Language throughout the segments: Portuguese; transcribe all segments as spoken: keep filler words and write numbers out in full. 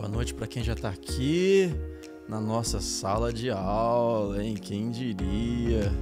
Boa noite para quem já está aqui na nossa sala de aula, hein? Quem diria?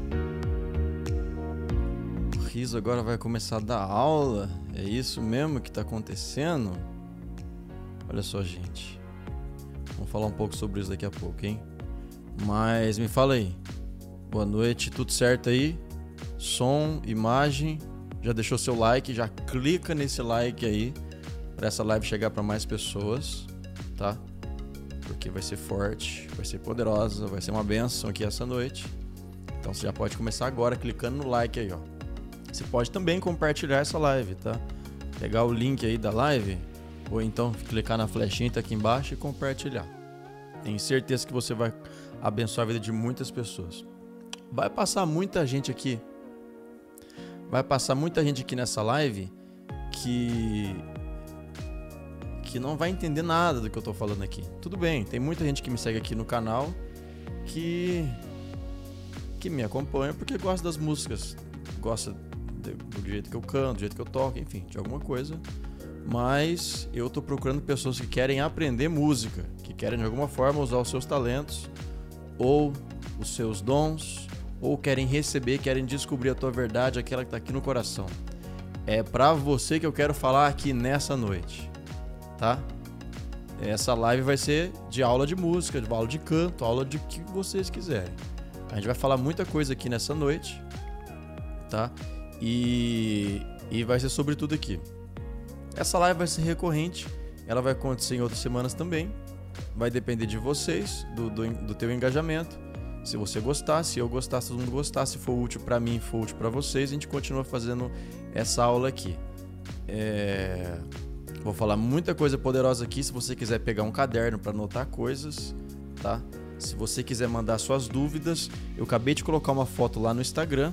O Riso agora vai começar a dar aula? É isso mesmo que está acontecendo? Olha só, gente. Vamos falar um pouco sobre isso daqui a pouco, hein? Mas me fala aí. Boa noite, tudo certo aí? Som, imagem. Já deixou seu like? Já clica nesse like aí para essa live chegar para mais pessoas, tá? Porque vai ser forte, vai ser poderosa, vai ser uma bênção aqui essa noite. Então você já pode começar agora clicando no like aí, ó. Você pode também compartilhar essa live, tá? Pegar o link aí da live ou então clicar na flechinha que tá aqui embaixo e compartilhar. Tenho certeza que você vai abençoar a vida de muitas pessoas. Vai passar muita gente aqui. Vai passar muita gente aqui nessa live que que não vai entender nada do que eu tô falando aqui. Tudo bem, tem muita gente que me segue aqui no canal que que me acompanha porque gosta das músicas, gosta de, do jeito que eu canto, do jeito que eu toco, enfim, de alguma coisa. Mas eu tô procurando pessoas que querem aprender música, que querem de alguma forma usar os seus talentos ou os seus dons, ou querem receber, querem descobrir a tua verdade, aquela que tá aqui no coração. É pra você que eu quero falar aqui nessa noite, tá? Essa live vai ser de aula de música, de aula de canto, aula de que vocês quiserem. A gente vai falar muita coisa aqui nessa noite, tá? E, e vai ser sobre tudo aqui. Essa live vai ser recorrente, ela vai acontecer em outras semanas também. Vai depender de vocês, do, do, do teu engajamento. Se você gostar, se eu gostar, se todo mundo gostar, se for útil para mim, for útil para vocês, a gente continua fazendo essa aula aqui. É... Vou falar muita coisa poderosa aqui. Se você quiser pegar um caderno para anotar coisas, tá? Se você quiser mandar suas dúvidas, eu acabei de colocar uma foto lá no Instagram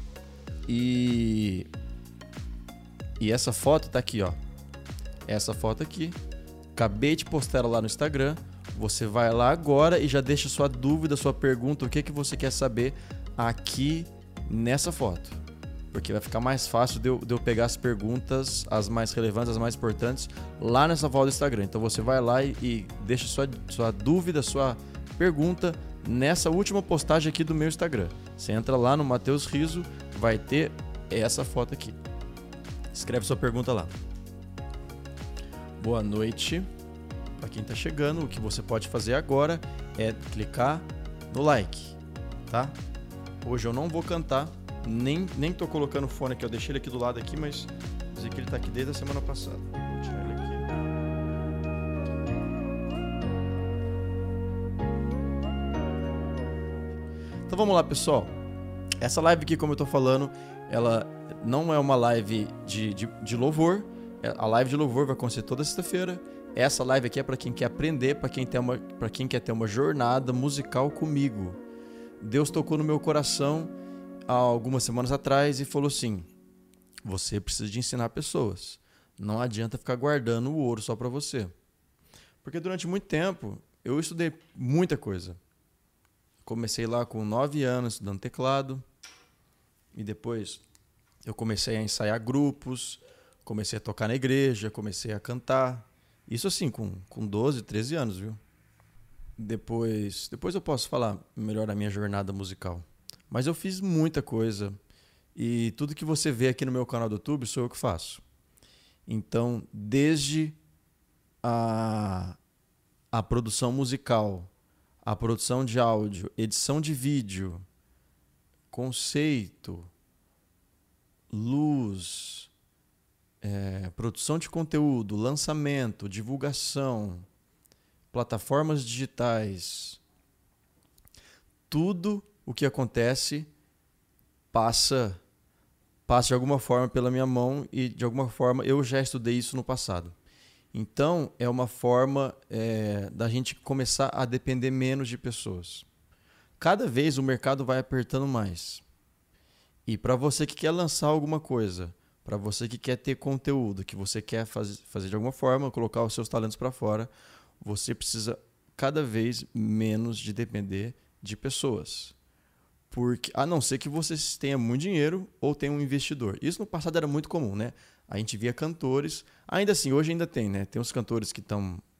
e e essa foto tá aqui, ó. Essa foto aqui. Acabei de postar ela lá no Instagram. Você vai lá agora e já deixa sua dúvida, sua pergunta, o que, que você quer saber aqui nessa foto. Porque vai ficar mais fácil de eu, de eu pegar as perguntas, as mais relevantes, as mais importantes, lá nessa foto do Instagram. Então você vai lá e, e deixa sua, sua dúvida, sua pergunta nessa última postagem aqui do meu Instagram. Você entra lá no Matheus Riso, vai ter essa foto aqui. Escreve sua pergunta lá. Boa noite. Para quem tá chegando, o que você pode fazer agora é clicar no like, tá? Hoje eu não vou cantar, nem, nem tô colocando o fone aqui, eu deixei ele aqui do lado aqui, mas dizer que ele tá aqui desde a semana passada. Vou tirar ele aqui. Então vamos lá, pessoal. Essa live aqui, como eu tô falando, ela não é uma live de, de, de louvor. A live de louvor vai acontecer toda sexta-feira. Essa live aqui é para quem quer aprender, para quem, tem uma, para quem quer ter uma jornada musical comigo. Deus tocou no meu coração há algumas semanas atrás e falou assim: você precisa de ensinar pessoas. Não adianta ficar guardando o ouro só para você. Porque durante muito tempo eu estudei muita coisa. Comecei lá com nove anos estudando teclado. E depois eu comecei a ensaiar grupos, comecei a tocar na igreja, comecei a cantar. Isso assim, com, com doze, treze anos, viu? Depois, depois eu posso falar melhor da minha jornada musical. Mas eu fiz muita coisa. E tudo que você vê aqui no meu canal do YouTube sou eu que faço. Então, desde a, a produção musical, a produção de áudio, edição de vídeo, conceito, luz... É, produção de conteúdo, lançamento, divulgação, plataformas digitais, tudo o que acontece passa, passa de alguma forma pela minha mão e de alguma forma eu já estudei isso no passado. Então é uma forma é, da gente começar a depender menos de pessoas. Cada vez o mercado vai apertando mais. E para você que quer lançar alguma coisa, para você que quer ter conteúdo, que você quer faz, fazer de alguma forma, colocar os seus talentos para fora, você precisa cada vez menos de depender de pessoas. Porque, a não ser que você tenha muito dinheiro ou tenha um investidor. Isso no passado era muito comum, né? A gente via cantores, ainda assim, hoje ainda tem, né? Tem os cantores que estão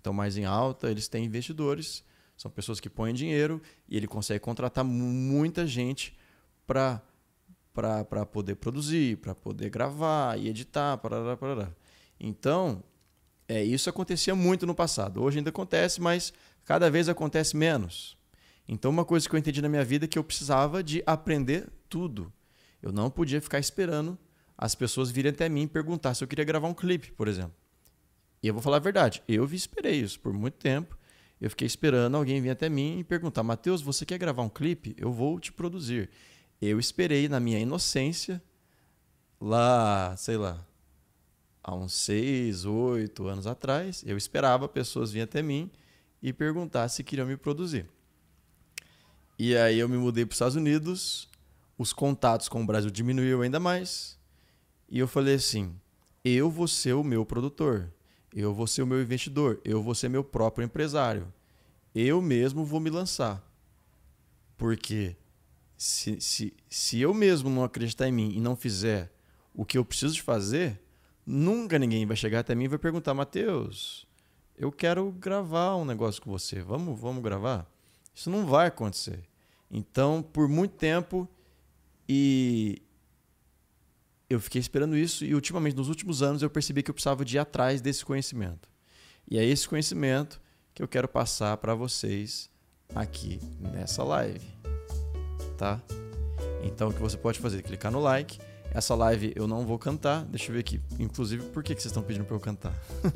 estão mais em alta, eles têm investidores, são pessoas que põem dinheiro e ele consegue contratar muita gente para para poder produzir, para poder gravar e editar, parará, parará. Então, é, isso acontecia muito no passado. Hoje ainda acontece, mas cada vez acontece menos. Então, uma coisa que eu entendi na minha vida é que eu precisava de aprender tudo. Eu não podia ficar esperando as pessoas virem até mim e perguntar se eu queria gravar um clipe, por exemplo. E eu vou falar a verdade, eu esperei isso por muito tempo. Eu fiquei esperando alguém vir até mim e perguntar: Matheus, você quer gravar um clipe? Eu vou te produzir. Eu esperei na minha inocência, lá, sei lá, há uns seis, oito anos atrás, eu esperava pessoas virem até mim e perguntar se queriam me produzir. E aí eu me mudei para os Estados Unidos, os contatos com o Brasil diminuíram ainda mais, e eu falei assim: eu vou ser o meu produtor, eu vou ser o meu investidor, eu vou ser meu próprio empresário, eu mesmo vou me lançar. Porque se, se, se eu mesmo não acreditar em mim e não fizer o que eu preciso de fazer, nunca ninguém vai chegar até mim e vai perguntar: Matheus, eu quero gravar um negócio com você, vamos, vamos gravar? Isso não vai acontecer. Então, por muito tempo, e eu fiquei esperando isso, e ultimamente, nos últimos anos, eu percebi que eu precisava de ir atrás desse conhecimento. E é esse conhecimento que eu quero passar para vocês aqui nessa live, tá? Então, o que você pode fazer é clicar no like. Essa live eu não vou cantar. Deixa eu ver aqui, inclusive, por que vocês estão pedindo para eu cantar?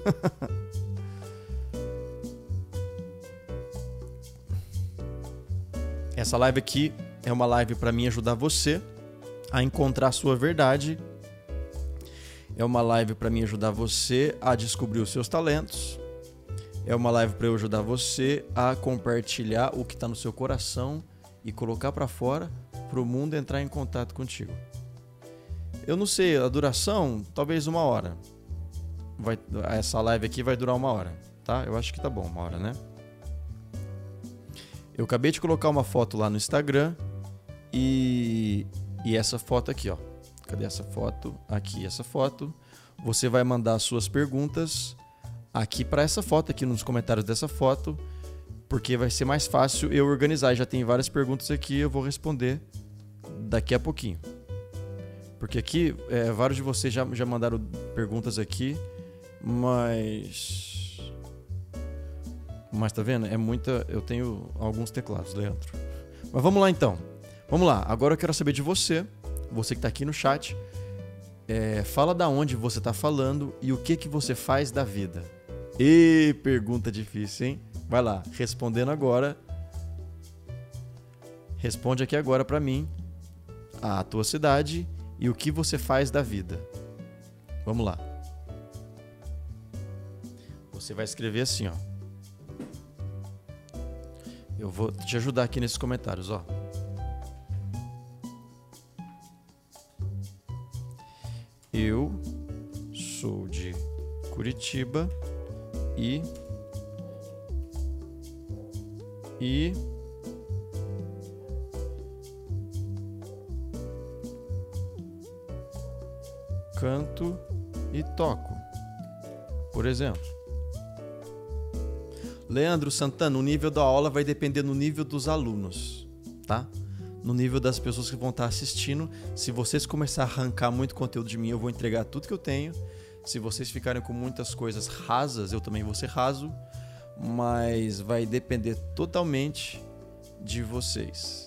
Essa live aqui é uma live para mim ajudar você a encontrar a sua verdade. É uma live para mim ajudar você a descobrir os seus talentos. É uma live para eu ajudar você a compartilhar o que está no seu coração e colocar para fora para o mundo entrar em contato contigo. Eu não sei, a duração, talvez uma hora. Vai, essa live aqui vai durar uma hora, tá? Eu acho que tá bom, uma hora, né? Eu acabei de colocar uma foto lá no Instagram e, e essa foto aqui, ó. Cadê essa foto? Aqui, essa foto. Você vai mandar suas perguntas aqui para essa foto, aqui nos comentários dessa foto, porque vai ser mais fácil eu organizar. Já tem várias perguntas aqui, eu vou responder daqui a pouquinho. Porque aqui, é, vários de vocês já, já mandaram perguntas aqui, mas... Mas tá vendo? É muita... Eu tenho alguns teclados, Leandro. Mas vamos lá então. Vamos lá. Agora eu quero saber de você, você que tá aqui no chat. É, fala da onde você tá falando e o que que você faz da vida. E pergunta difícil, hein? Vai lá, respondendo agora. Responde aqui agora pra mim a tua cidade e o que você faz da vida. Vamos lá. Você vai escrever assim, ó. Eu vou te ajudar aqui nesses comentários, ó. Eu sou de Curitiba e e canto e toco, por exemplo. Leandro Santana, o nível da aula vai depender do nível dos alunos, tá? No nível das pessoas que vão estar assistindo. Se vocês começarem a arrancar muito conteúdo de mim, eu vou entregar tudo que eu tenho. Se vocês ficarem com muitas coisas rasas, eu também vou ser raso. Mas vai depender totalmente de vocês.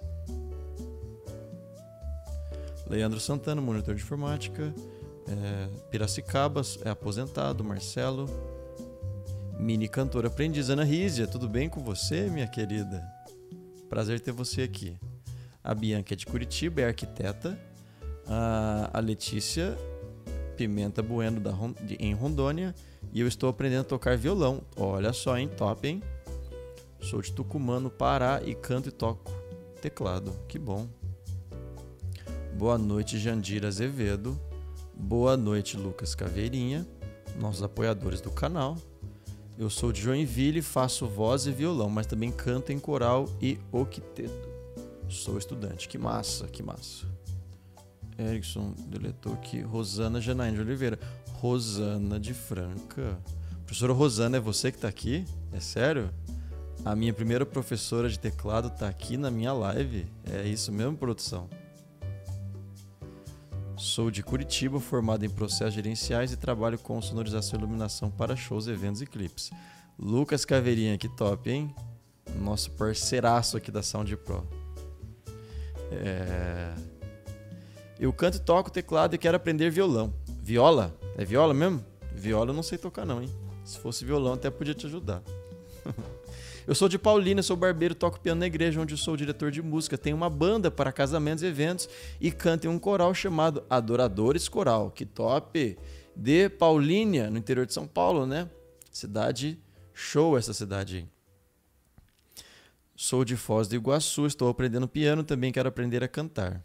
Leandro Santana, monitor de informática. É, Piracicaba, é aposentado. Marcelo. Mini cantora aprendiz, Ana Rízia, tudo bem com você, minha querida? Prazer ter você aqui. A Bianca é de Curitiba, é arquiteta. A, a Letícia Pimenta Bueno da, de, em Rondônia. E eu estou aprendendo a tocar violão. Olha só, hein? Top, hein? Sou de Tucumã, no Pará, e canto e toco teclado. Que bom. Boa noite, Jandira Azevedo. Boa noite, Lucas Caveirinha, nossos apoiadores do canal. Eu sou de Joinville, faço voz e violão, mas também canto em coral e octeto. Sou estudante. Que massa, que massa. Erickson deletou aqui. Rosana Janaína de Oliveira. Rosana de Franca. Professora Rosana, é você que tá aqui? É sério? A minha primeira professora de teclado tá aqui na minha live? É isso mesmo, produção? Sou de Curitiba, formado em processos gerenciais e trabalho com sonorização e iluminação para shows, eventos e clipes. Lucas Caveirinha, que top, hein? Nosso parceiraço aqui da Sound Pro. É... Eu canto e toco teclado e quero aprender violão. Viola? É viola mesmo? Viola eu não sei tocar não, hein? Se fosse violão até podia te ajudar. Eu sou de Paulínia, sou barbeiro, toco piano na igreja onde sou diretor de música. Tenho uma banda para casamentos e eventos e canto em um coral chamado Adoradores Coral. Que top! De Paulínia, no interior de São Paulo, né? Cidade show essa cidade aí. Sou de Foz do Iguaçu, estou aprendendo piano, também quero aprender a cantar.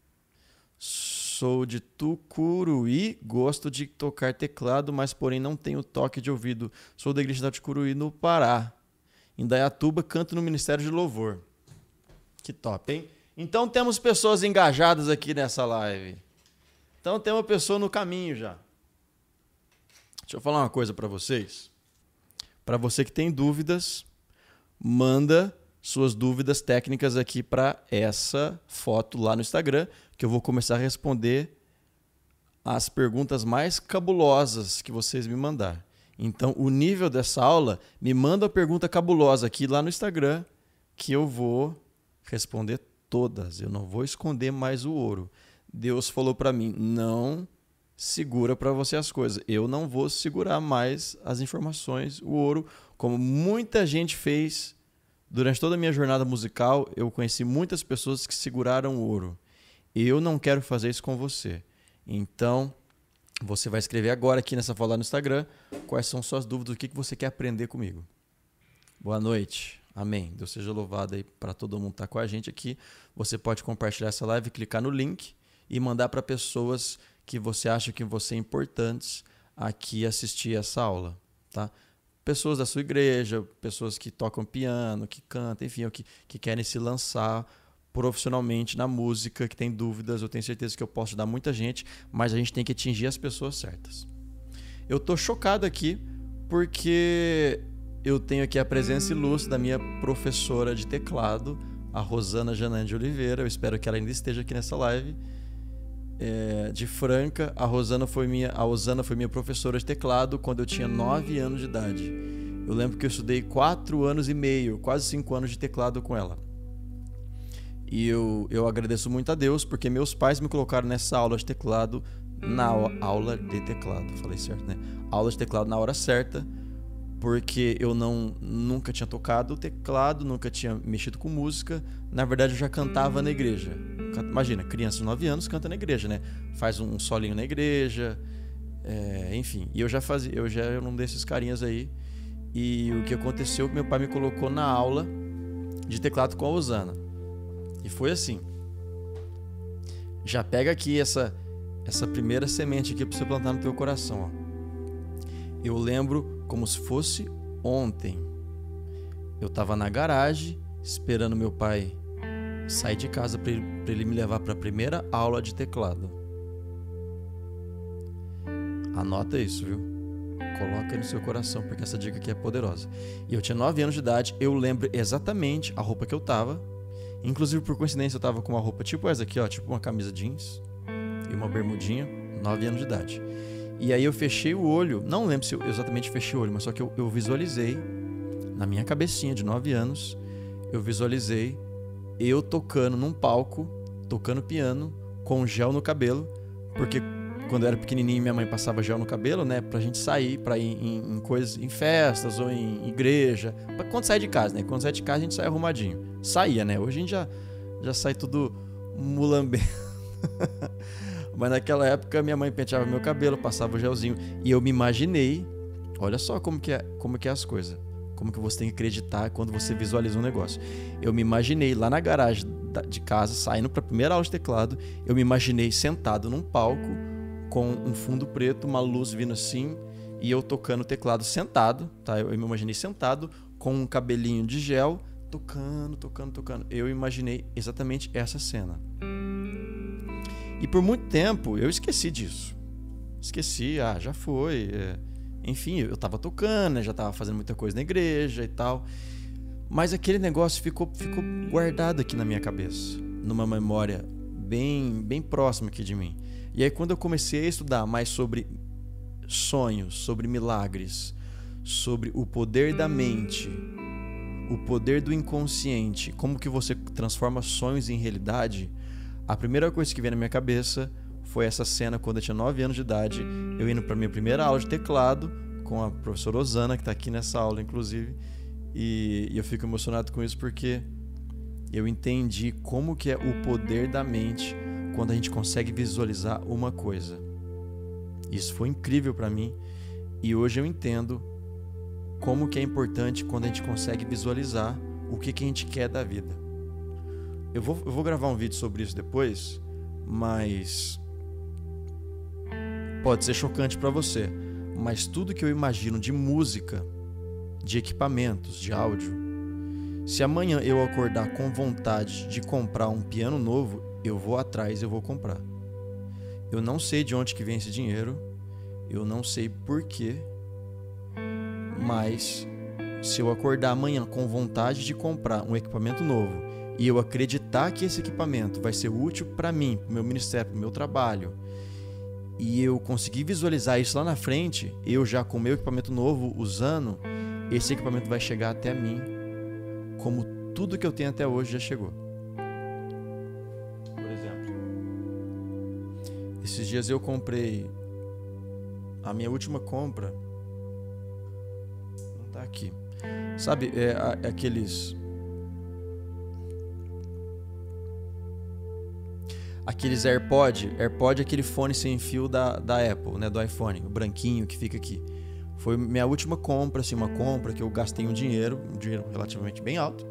Sou de Tucuruí, gosto de tocar teclado, mas porém não tenho toque de ouvido. Sou da igreja de Tucuruí, no Pará. Em Dayatuba, canto no Ministério de Louvor. Que top, hein? Então temos pessoas engajadas aqui nessa live. Então tem uma pessoa no caminho já. Deixa eu falar uma coisa para vocês. Para você que tem dúvidas, manda suas dúvidas técnicas aqui para essa foto lá no Instagram, que eu vou começar a responder as perguntas mais cabulosas que vocês me mandarem. Então, o nível dessa aula, me manda a pergunta cabulosa aqui lá no Instagram, que eu vou responder todas. Eu não vou esconder mais o ouro. Deus falou para mim, não segura para você as coisas. Eu não vou segurar mais as informações, o ouro, como muita gente fez. Durante toda a minha jornada musical, eu conheci muitas pessoas que seguraram o ouro. Eu não quero fazer isso com você. Então, você vai escrever agora aqui nessa foto lá no Instagram quais são suas dúvidas, o que você quer aprender comigo. Boa noite. Amém. Deus seja louvado aí para todo mundo que está com a gente aqui. Você pode compartilhar essa live, clicar no link e mandar para pessoas que você acha que vão ser importantes aqui assistir essa aula, tá? Pessoas da sua igreja, pessoas que tocam piano, que cantam, enfim, que, que querem se lançar profissionalmente na música, que tem dúvidas. Eu tenho certeza que eu posso ajudar muita gente, mas a gente tem que atingir as pessoas certas. Eu tô chocado aqui porque eu tenho aqui a presença ilustre da minha professora de teclado, a Rosana Janaine de Oliveira. Eu espero que ela ainda esteja aqui nessa live. É, de Franca, a Rosana foi minha, a Rosana foi minha professora de teclado quando eu tinha nove anos de idade. Eu lembro que eu estudei quatro anos e meio, quase cinco anos de teclado com ela. E eu, eu agradeço muito a Deus porque meus pais me colocaram nessa aula de teclado, na aula de teclado, falei certo, né? Aula de teclado na hora certa, porque eu não, nunca tinha tocado teclado, nunca tinha mexido com música. Na verdade, eu já cantava na igreja. Imagina, criança de nove anos canta na igreja, né? Faz um solinho na igreja, é, enfim. E eu já fazia, eu já era um desses carinhas aí. E o que aconteceu, meu pai me colocou na aula de teclado com a Rosana. E foi assim. Já pega aqui essa, essa primeira semente aqui para você plantar no teu coração, ó. Eu lembro como se fosse ontem. Eu estava na garagem esperando meu pai sair de casa para ele, ele me levar para a primeira aula de teclado. Anota isso, viu? Coloca aí no seu coração, porque essa dica aqui é poderosa. E eu tinha nove anos de idade, eu lembro exatamente a roupa que eu tava. Inclusive, por coincidência, eu tava com uma roupa tipo essa aqui, ó, tipo uma camisa jeans e uma bermudinha, nove anos de idade. E aí eu fechei o olho, não lembro se eu exatamente fechei o olho, mas só que eu, eu visualizei, na minha cabecinha de nove anos, eu visualizei eu tocando num palco, tocando piano, com gel no cabelo, porque quando eu era pequenininho minha mãe passava gel no cabelo, né, pra gente sair, pra ir em, em coisas, em festas ou em igreja, pra quando sai de casa, né, quando sai de casa a gente sai arrumadinho, saía, né, hoje a gente já, já sai tudo mulambento, mas naquela época minha mãe penteava meu cabelo, passava o gelzinho, e eu me imaginei, olha só como que é, como que é as coisas, como que você tem que acreditar quando você visualiza um negócio. Eu me imaginei lá na garagem de casa, saindo para a primeira aula de teclado, eu me imaginei sentado num palco com um fundo preto, uma luz vindo assim, e eu tocando teclado sentado, tá? Eu me imaginei sentado com um cabelinho de gel, tocando, tocando, tocando. Eu imaginei exatamente essa cena. E por muito tempo eu esqueci disso. Esqueci, ah, já foi. É... enfim, eu tava tocando, né? Já tava fazendo muita coisa na igreja e tal. Mas aquele negócio ficou, ficou guardado aqui na minha cabeça, numa memória bem, bem próxima aqui de mim. E aí quando eu comecei a estudar mais sobre sonhos, sobre milagres, sobre o poder da mente, o poder do inconsciente, como que você transforma sonhos em realidade, a primeira coisa que veio na minha cabeça foi essa cena quando eu tinha nove anos de idade, eu indo para minha primeira aula de teclado com a professora Osana, que está aqui nessa aula inclusive, e, e eu fico emocionado com isso porque eu entendi como que é o poder da mente quando a gente consegue visualizar uma coisa. Isso foi incrível para mim e hoje eu entendo como que é importante quando a gente consegue visualizar o que, que a gente quer da vida. Eu vou, eu vou gravar um vídeo sobre isso depois, mas pode ser chocante para você, mas tudo que eu imagino de música, de equipamentos, de áudio, se amanhã eu acordar com vontade de comprar um piano novo, eu vou atrás e eu vou comprar. Eu não sei de onde que vem esse dinheiro, eu não sei porquê, mas se eu acordar amanhã com vontade de comprar um equipamento novo e eu acreditar que esse equipamento vai ser útil para mim, para o meu ministério, para o meu trabalho, e eu conseguir visualizar isso lá na frente, eu já com o meu equipamento novo usando, esse equipamento vai chegar até mim como tudo que eu tenho até hoje já chegou. Por exemplo, esses dias eu comprei a minha última compra, não tá aqui, sabe, é, é aqueles aqueles AirPod, AirPod é aquele fone sem fio da, da Apple, né, do iPhone, o branquinho que fica aqui. Foi minha última compra, assim, uma compra que eu gastei um dinheiro, um dinheiro relativamente bem alto.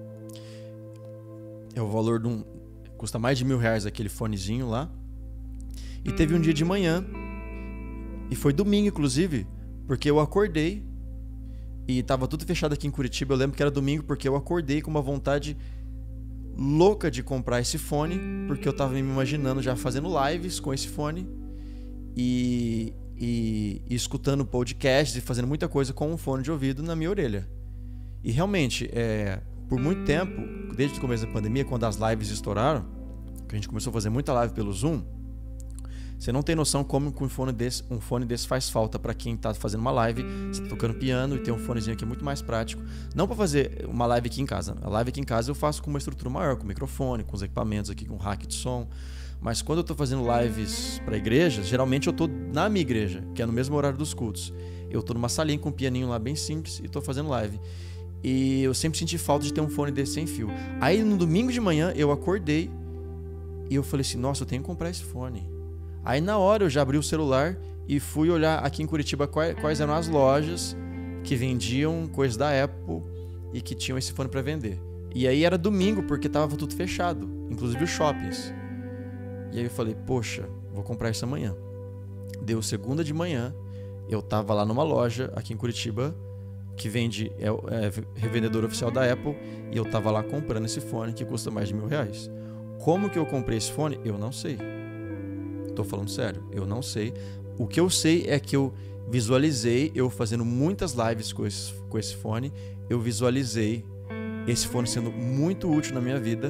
É o valor de um, custa mais de mil reais aquele fonezinho lá. E teve um dia de manhã, e foi domingo inclusive, porque eu acordei e tava tudo fechado aqui em Curitiba. Eu lembro que era domingo porque eu acordei com uma vontade louca de comprar esse fone, porque eu tava me imaginando já fazendo lives com esse fone e, e, e escutando podcasts e fazendo muita coisa com um fone de ouvido na minha orelha. E realmente, é, por muito tempo, desde o começo da pandemia, quando as lives estouraram, que a gente começou a fazer muita live pelo Zoom, você não tem noção como que um fone desse, um fone desse faz falta para quem tá fazendo uma live, você tá tocando piano e tem um fonezinho aqui muito mais prático. Não para fazer uma live aqui em casa. A live aqui em casa eu faço com uma estrutura maior, com microfone, com os equipamentos aqui, com rack de som. Mas quando eu tô fazendo lives para igrejas, geralmente eu tô na minha igreja, que é no mesmo horário dos cultos. Eu tô numa salinha com um pianinho lá bem simples e tô fazendo live. E eu sempre senti falta de ter um fone desse sem fio. Aí no domingo de manhã eu acordei e eu falei assim, nossa, eu tenho que comprar esse fone. Aí na hora eu já abri o celular e fui olhar aqui em Curitiba quais, quais eram as lojas que vendiam coisas da Apple e que tinham esse fone para vender. E aí era domingo porque tava tudo fechado, inclusive os shoppings. E aí eu falei, poxa, vou comprar isso amanhã. Deu segunda de manhã, eu tava lá numa loja aqui em Curitiba que vende, é, é revendedor oficial da Apple, e eu tava lá comprando esse fone que custa mais de mil reais. Como que eu comprei esse fone? Eu não sei. Tô falando sério, eu não sei. O que eu sei é que eu visualizei, eu fazendo muitas lives com esse, com esse fone, eu visualizei esse fone sendo muito útil na minha vida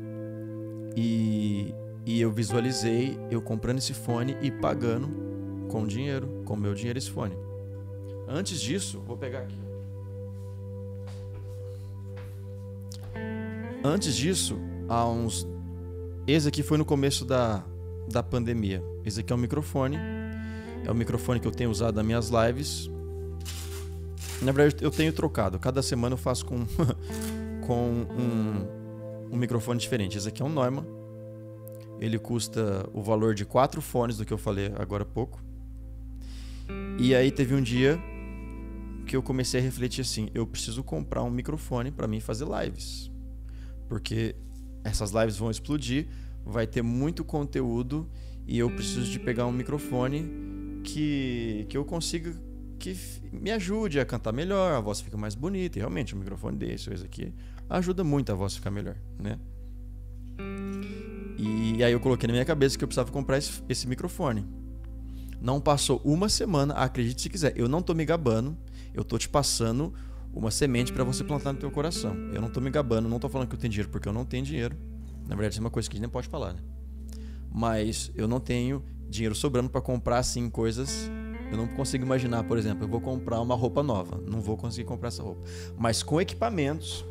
e, e eu visualizei eu comprando esse fone e pagando com dinheiro, com meu dinheiro esse fone. Antes disso, vou pegar aqui. Antes disso, há uns... Esse aqui foi no começo da... da pandemia. Esse aqui é um microfone, é o microfone que eu tenho usado nas minhas lives. Na verdade eu tenho trocado, cada semana eu faço com, com um, um microfone diferente. Esse aqui é um Neumann, ele custa o valor de quatro fones do que eu falei agora há pouco. E aí teve um dia que eu comecei a refletir assim, eu preciso comprar um microfone para mim fazer lives, porque essas lives vão explodir, vai ter muito conteúdo e eu preciso de pegar um microfone que, que eu consiga, que me ajude a cantar melhor, a voz fica mais bonita. E realmente um microfone desse, esse aqui, ajuda muito a voz a ficar melhor, né? E aí eu coloquei na minha cabeça que eu precisava comprar esse, esse microfone. Não passou uma semana, acredite se quiser. Eu não tô me gabando, eu tô te passando uma semente para você plantar no teu coração. Eu não tô me gabando, não tô falando que eu tenho dinheiro porque eu não tenho dinheiro. Na verdade, isso é uma coisa que a gente nem pode falar, né? Mas eu não tenho dinheiro sobrando para comprar assim coisas. Eu não consigo imaginar, por exemplo, eu vou comprar uma roupa nova. Não vou conseguir comprar essa roupa. Mas com equipamentos,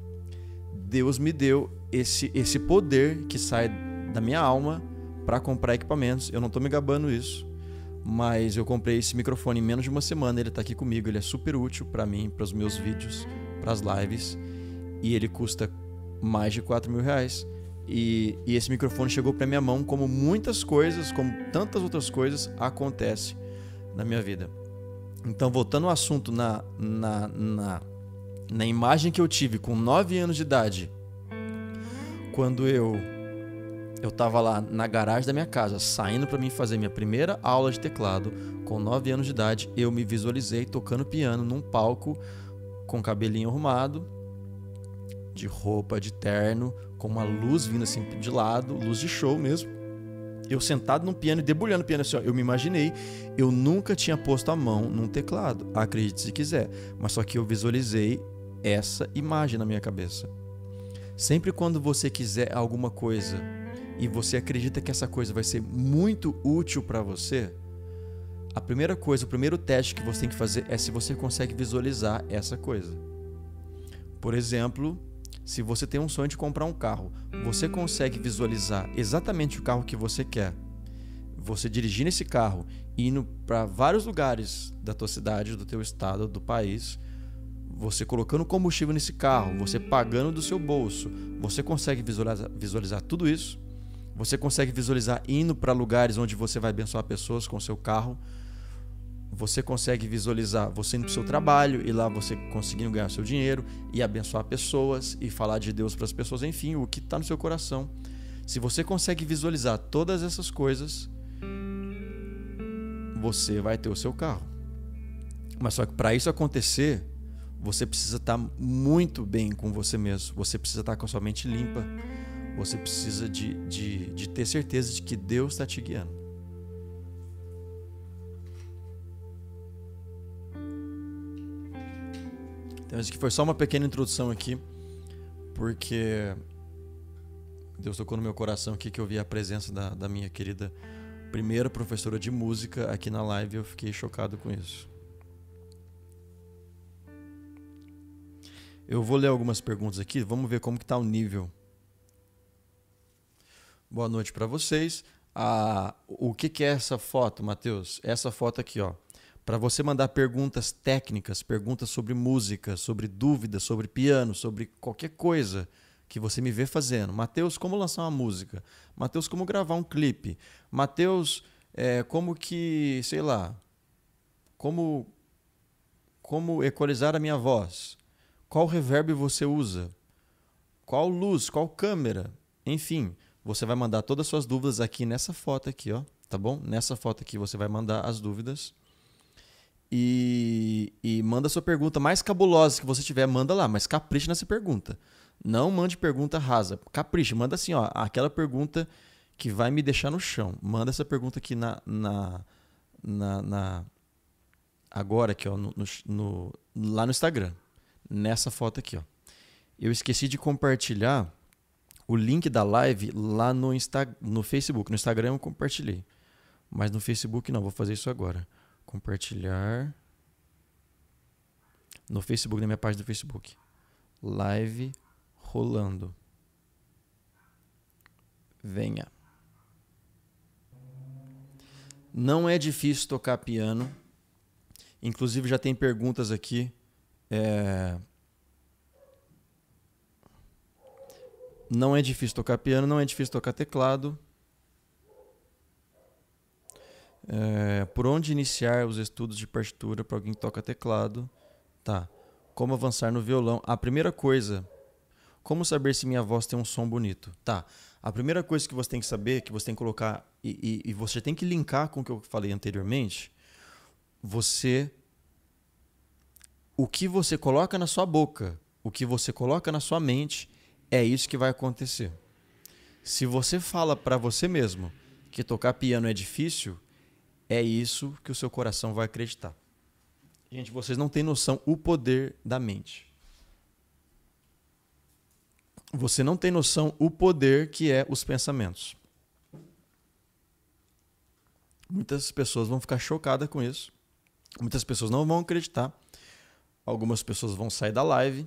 Deus me deu esse, esse poder que sai da minha alma para comprar equipamentos. Eu não tô me gabando isso, mas eu comprei esse microfone em menos de uma semana. Ele tá aqui comigo, ele é super útil para mim, para os meus vídeos, para as lives, e ele custa mais de quatro mil reais. E, e esse microfone chegou para minha mão, como muitas coisas, como tantas outras coisas acontece na minha vida. Então, voltando ao assunto, na, na, na, na imagem que eu tive com nove anos de idade, quando eu eu tava lá na garagem da minha casa, saindo para mim fazer minha primeira aula de teclado, com nove anos de idade, eu me visualizei tocando piano num palco, com cabelinho arrumado, de roupa, de terno, com uma luz vindo assim de lado, luz de show mesmo. Eu sentado no piano e debulhando o piano assim, ó, eu me imaginei, eu nunca tinha posto a mão num teclado, acredite se quiser, mas só que eu visualizei essa imagem na minha cabeça. Sempre quando você quiser alguma coisa e você acredita que essa coisa vai ser muito útil para você, a primeira coisa, o primeiro teste que você tem que fazer é se você consegue visualizar essa coisa. Por exemplo, se você tem um sonho de comprar um carro, você consegue visualizar exatamente o carro que você quer. Você dirigindo esse carro, indo para vários lugares da tua cidade, do teu estado, do país, você colocando combustível nesse carro, você pagando do seu bolso, você consegue visualizar, visualizar tudo isso? Você consegue visualizar indo para lugares onde você vai abençoar pessoas com o seu carro? Você consegue visualizar você indo para o seu trabalho e lá você conseguindo ganhar seu dinheiro e abençoar pessoas e falar de Deus para as pessoas, enfim, o que está no seu coração. Se você consegue visualizar todas essas coisas, você vai ter o seu carro. Mas só que para isso acontecer, você precisa estar muito bem com você mesmo. Você precisa estar com a sua mente limpa. Você precisa de, de, de ter certeza de que Deus está te guiando. Então, isso aqui foi só uma pequena introdução aqui, porque Deus tocou no meu coração aqui que eu vi a presença da, da minha querida primeira professora de música aqui na live e eu fiquei chocado com isso. Eu vou ler algumas perguntas aqui, vamos ver como que tá o nível. Boa noite para vocês. Ah, o que, que é essa foto, Matheus? Essa foto aqui, ó. Para você mandar perguntas técnicas, perguntas sobre música, sobre dúvidas, sobre piano, sobre qualquer coisa que você me vê fazendo. Matheus, como lançar uma música? Matheus, como gravar um clipe? Matheus, é, como que, sei lá, como, como equalizar a minha voz? Qual reverb você usa? Qual luz? Qual câmera? Enfim, você vai mandar todas as suas dúvidas aqui nessa foto aqui, ó, tá bom? Nessa foto aqui você vai mandar as dúvidas. E, e manda a sua pergunta mais cabulosa que você tiver, manda lá, mas capricha nessa pergunta. Não mande pergunta rasa, capricha, manda assim, ó, aquela pergunta que vai me deixar no chão. Manda essa pergunta aqui na, na, na, na agora aqui, ó, no, no, lá no Instagram, nessa foto aqui, ó. Eu esqueci de compartilhar o link da live lá no, Insta, no Facebook. No Instagram eu compartilhei, mas no Facebook não, vou fazer isso agora. Compartilhar no Facebook, na minha página do Facebook. Live rolando. Venha. Não é difícil tocar piano. Inclusive já tem perguntas aqui. É... Não é difícil tocar piano, não é difícil tocar teclado. É, por onde iniciar os estudos de partitura para alguém que toca teclado? Tá. Como avançar no violão? A primeira coisa, como saber se minha voz tem um som bonito? Tá. A primeira coisa que você tem que saber, que você tem que colocar, e, e, e você tem que linkar com o que eu falei anteriormente, você, o que você coloca na sua boca, o que você coloca na sua mente, é isso que vai acontecer. Se você fala para você mesmo que tocar piano é difícil, é isso que o seu coração vai acreditar. Gente, vocês não têm noção o poder da mente. Você não tem noção o poder que é os pensamentos. Muitas pessoas vão ficar chocadas com isso. Muitas pessoas não vão acreditar. Algumas pessoas vão sair da live.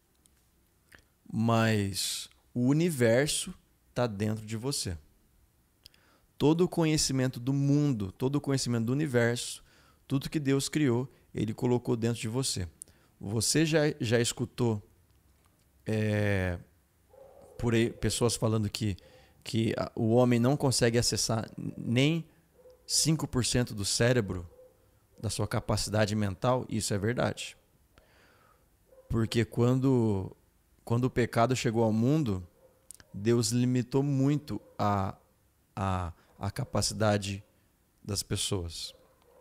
Mas o universo está dentro de você. Todo o conhecimento do mundo, todo o conhecimento do universo, tudo que Deus criou, Ele colocou dentro de você. Você já, já escutou é, por aí, pessoas falando que, que o homem não consegue acessar nem cinco por cento do cérebro, da sua capacidade mental? Isso é verdade. Porque quando, quando o pecado chegou ao mundo, Deus limitou muito a, a, a capacidade das pessoas.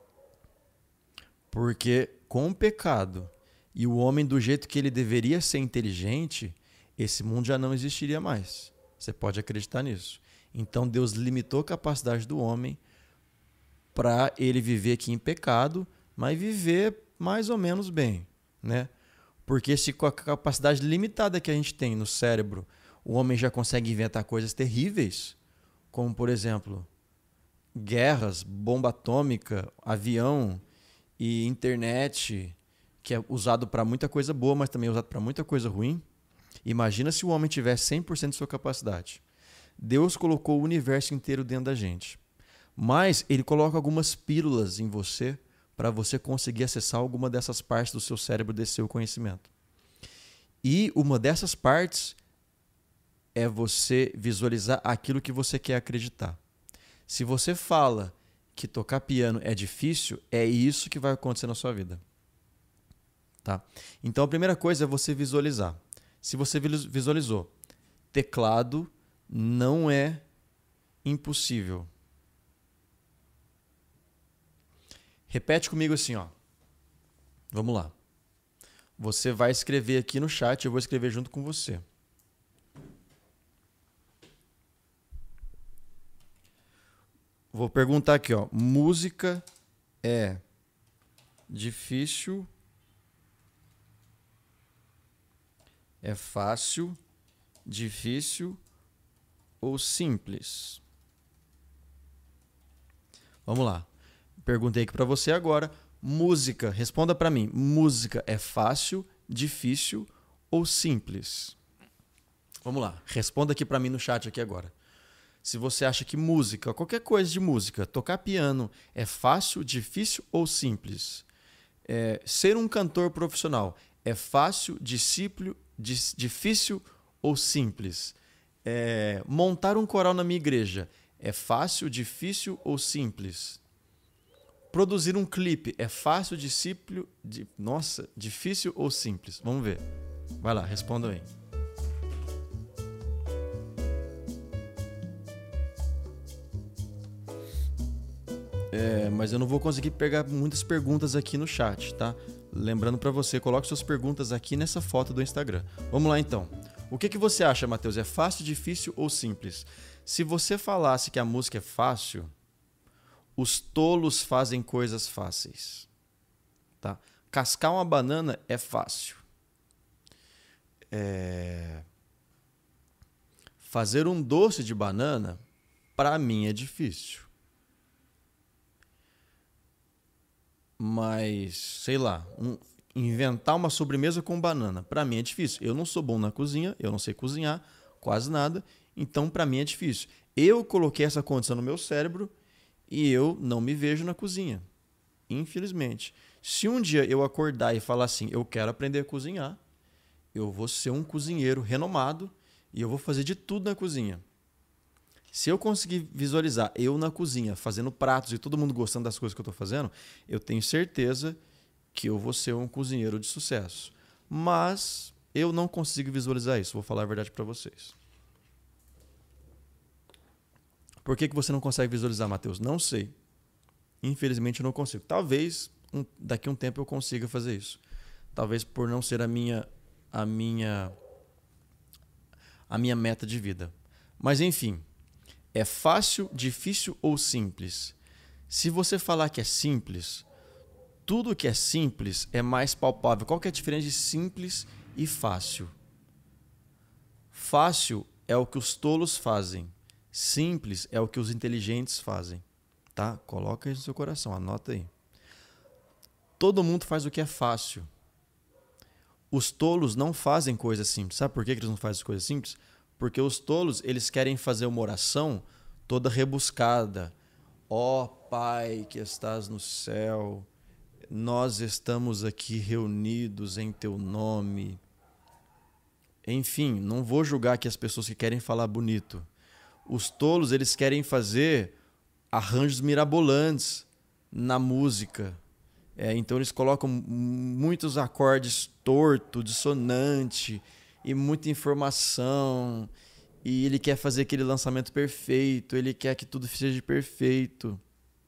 Porque com o pecado e o homem do jeito que ele deveria ser inteligente, esse mundo já não existiria mais. Você pode acreditar nisso. Então Deus limitou a capacidade do homem para ele viver aqui em pecado, mas viver mais ou menos bem, né? Porque se com a capacidade limitada que a gente tem no cérebro, o homem já consegue inventar coisas terríveis, como, por exemplo, guerras, bomba atômica, avião e internet, que é usado para muita coisa boa, mas também é usado para muita coisa ruim. Imagina se o homem tivesse cem por cento de sua capacidade. Deus colocou o universo inteiro dentro da gente. Mas ele coloca algumas pílulas em você para você conseguir acessar alguma dessas partes do seu cérebro desse seu conhecimento. E uma dessas partes é você visualizar aquilo que você quer acreditar. Se você fala que tocar piano é difícil, é isso que vai acontecer na sua vida. Tá? Então a primeira coisa é você visualizar. Se você visualizou, teclado não é impossível. Repete comigo assim, ó. Vamos lá. Você vai escrever aqui no chat, eu vou escrever junto com você. Vou perguntar aqui, ó. Música é difícil, é fácil, difícil ou simples? Vamos lá. Perguntei aqui para você agora. Música, responda para mim. Música é fácil, difícil ou simples? Vamos lá. Responda aqui para mim no chat aqui agora. Se você acha que música, qualquer coisa de música, tocar piano é fácil, difícil ou simples? É, ser um cantor profissional é fácil, discípulo, dis, difícil ou simples? É, montar um coral na minha igreja é fácil, difícil ou simples? Produzir um clipe é fácil, discípulo, di, nossa, difícil ou simples? Vamos ver. Vai lá, responda aí. É, mas eu não vou conseguir pegar muitas perguntas aqui no chat, tá? Lembrando para você, coloque suas perguntas aqui nessa foto do Instagram. Vamos lá então. O que, que você acha, Matheus? É fácil, difícil ou simples? Se você falasse que a música é fácil, os tolos fazem coisas fáceis. Tá? Cascar uma banana é fácil. É... Fazer um doce de banana, para mim, é difícil. Mas, sei lá, um... inventar uma sobremesa com banana, para mim é difícil. Eu não sou bom na cozinha, eu não sei cozinhar, quase nada, então para mim é difícil. Eu coloquei essa condição no meu cérebro e eu não me vejo na cozinha, infelizmente. Se um dia eu acordar e falar assim, eu quero aprender a cozinhar, eu vou ser um cozinheiro renomado e eu vou fazer de tudo na cozinha. Se eu conseguir visualizar eu na cozinha, fazendo pratos e todo mundo gostando das coisas que eu estou fazendo, eu tenho certeza que eu vou ser um cozinheiro de sucesso. Mas eu não consigo visualizar isso, vou falar a verdade para vocês. Por que, que você não consegue visualizar, Matheus? Não sei. Infelizmente eu não consigo. Talvez um, daqui a um tempo eu consiga fazer isso. Talvez por não ser a minha, a minha, a minha meta de vida. Mas enfim, é fácil, difícil ou simples? Se você falar que é simples, tudo que é simples é mais palpável. Qual que é a diferença de simples e fácil? Fácil é o que os tolos fazem. Simples é o que os inteligentes fazem. Tá? Coloca isso no seu coração, anota aí. Todo mundo faz o que é fácil. Os tolos não fazem coisas simples. Sabe por que eles não fazem coisas simples? Porque os tolos, eles querem fazer uma oração toda rebuscada. Ó oh, Pai que estás no céu, nós estamos aqui reunidos em teu nome. Enfim, não vou julgar aqui as pessoas que querem falar bonito. Os tolos, eles querem fazer arranjos mirabolantes na música. É, então eles colocam muitos acordes torto, dissonante e muita informação. E ele quer fazer aquele lançamento perfeito, ele quer que tudo seja perfeito.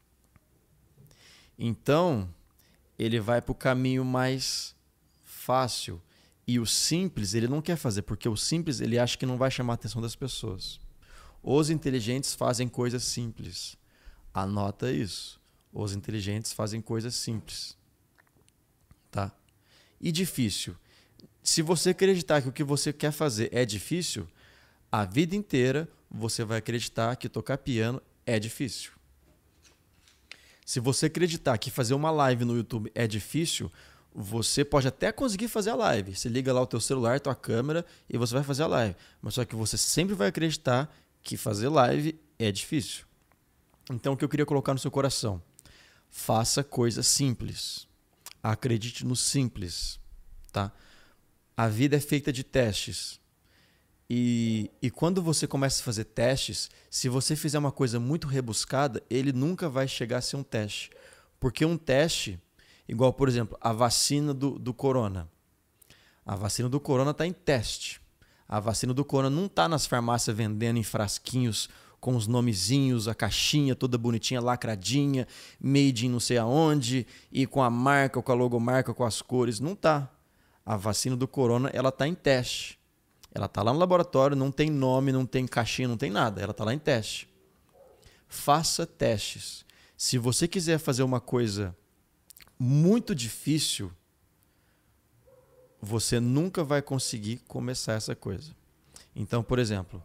Então, ele vai para o caminho mais fácil. E o simples ele não quer fazer, porque o simples ele acha que não vai chamar a atenção das pessoas. Os inteligentes fazem coisas simples. Anota isso. Os inteligentes fazem coisas simples. Tá? E difícil. Se você acreditar que o que você quer fazer é difícil, a vida inteira você vai acreditar que tocar piano é difícil. Se você acreditar que fazer uma live no YouTube é difícil, você pode até conseguir fazer a live. Você liga lá o teu celular, tua câmera e você vai fazer a live. Mas só que você sempre vai acreditar que fazer live é difícil. Então o que eu queria colocar no seu coração? Faça coisas simples. Acredite no simples. Tá? A vida é feita de testes. E, e quando você começa a fazer testes, se você fizer uma coisa muito rebuscada, ele nunca vai chegar a ser um teste. Porque um teste, igual, por exemplo, a vacina do, do corona. A vacina do corona está em teste. A vacina do corona não está nas farmácias vendendo em frasquinhos com os nomezinhos, a caixinha toda bonitinha, lacradinha, made in não sei aonde, e com a marca, com a logomarca, com as cores. Não está. A vacina do corona ela está em teste. Ela está lá no laboratório, não tem nome, não tem caixinha, não tem nada. Ela está lá em teste. Faça testes. Se você quiser fazer uma coisa muito difícil, você nunca vai conseguir começar essa coisa. Então, por exemplo,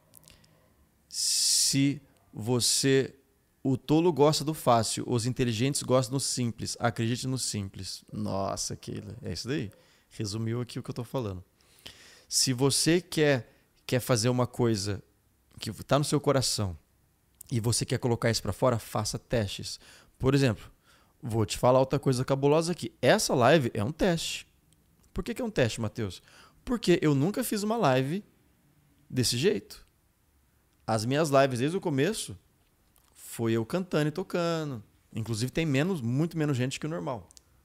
se você... O tolo gosta do fácil, os inteligentes gostam do simples. Acredite no simples. Nossa, Keila, é isso daí. Resumiu aqui o que eu estou falando. Se você quer, quer fazer uma coisa que está no seu coração e você quer colocar isso para fora, faça testes. Por exemplo, vou te falar outra coisa cabulosa aqui. Essa live é um teste. Por que que é um teste, Matheus? Porque eu nunca fiz uma live desse jeito. As minhas lives desde o começo foi eu cantando e tocando. Inclusive tem menos, muito menos gente que o normal.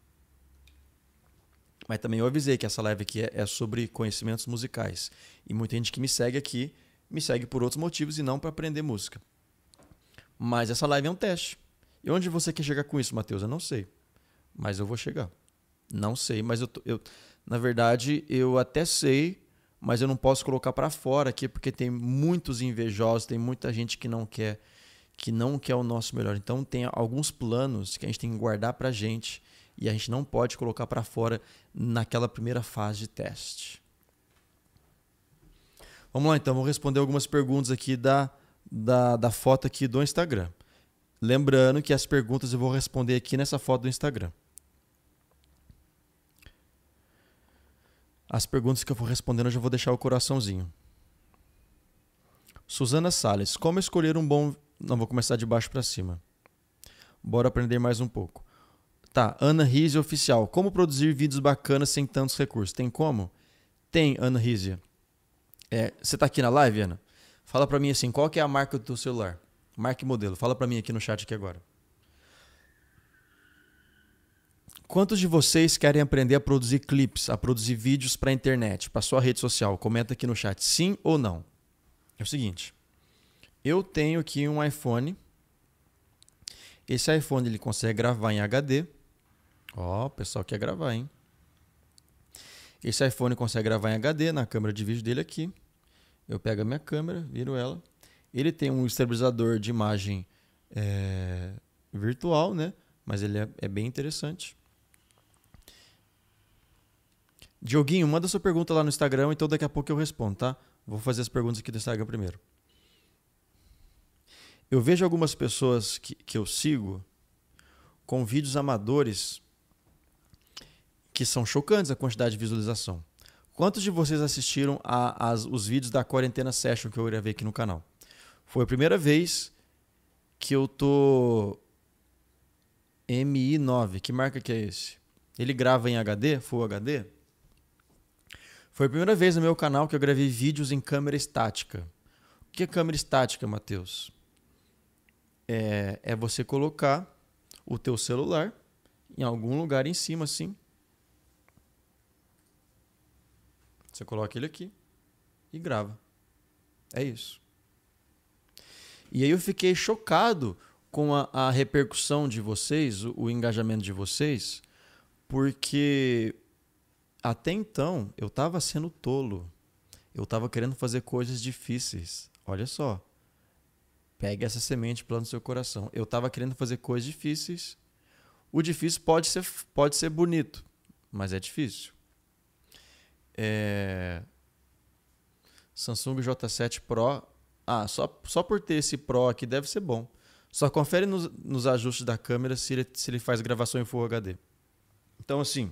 Mas também eu avisei que essa live aqui é, é sobre conhecimentos musicais. E muita gente que me segue aqui, me segue por outros motivos e não para aprender música. Mas essa live é um teste. E onde você quer chegar com isso, Matheus? Eu não sei. Mas eu vou chegar. Não sei, mas eu, eu na verdade, eu até sei, mas eu não posso colocar para fora aqui, porque tem muitos invejosos, tem muita gente que não quer, que não quer o nosso melhor. Então tem alguns planos que a gente tem que guardar pra gente. E a gente não pode colocar para fora naquela primeira fase de teste. Vamos lá, então. Vou responder algumas perguntas aqui da, da, da foto aqui do Instagram. Lembrando que as perguntas eu vou responder aqui nessa foto do Instagram. As perguntas que eu vou respondendo eu já vou deixar o coraçãozinho. Suzana Salles. Como escolher um bom... Não, vou começar de baixo para cima. Bora aprender mais um pouco. Tá, Ana Rizia Oficial. Como produzir vídeos bacanas sem tantos recursos? Tem como? Tem, Ana Rizia. É, você tá aqui na live, Ana? Fala pra mim assim, qual que é a marca do teu celular? Marca e modelo. Fala pra mim aqui no chat aqui agora. Quantos de vocês querem aprender a produzir clipes, a produzir vídeos pra internet, pra sua rede social? Comenta aqui no chat, sim ou não. É o seguinte, eu tenho aqui um iPhone. Esse iPhone ele consegue gravar em H D. Ó, oh, o pessoal quer gravar, hein? Esse iPhone consegue gravar em H D na câmera de vídeo dele aqui. Eu pego a minha câmera, viro ela. Ele tem um estabilizador de imagem é, virtual, né? Mas ele é, é bem interessante. Dioguinho, manda sua pergunta lá no Instagram, então daqui a pouco eu respondo, tá? Vou fazer as perguntas aqui do Instagram primeiro. Eu vejo algumas pessoas que, que eu sigo com vídeos amadores que são chocantes a quantidade de visualização. Quantos de vocês assistiram a, as, os vídeos da Quarentena Session que eu gravei aqui no canal? Foi a primeira vez que eu tô... M I nove, que marca que é esse? Ele grava em H D, Full H D? Foi a primeira vez no meu canal que eu gravei vídeos em câmera estática. O que é câmera estática, Matheus? É, é você colocar o teu celular em algum lugar em cima, assim. Você coloca ele aqui e grava. É isso. E aí eu fiquei chocado com a, a repercussão de vocês, o, o engajamento de vocês, porque até então eu estava sendo tolo. Eu estava querendo fazer coisas difíceis. Olha só. Pegue essa semente e planta no seu coração. Eu estava querendo fazer coisas difíceis. O difícil pode ser, pode ser bonito, mas é difícil. É... Samsung J sete Pro. Ah, só, só por ter esse Pro aqui deve ser bom. Só confere nos, nos ajustes da câmera se ele, se ele faz gravação em Full H D. Então, assim,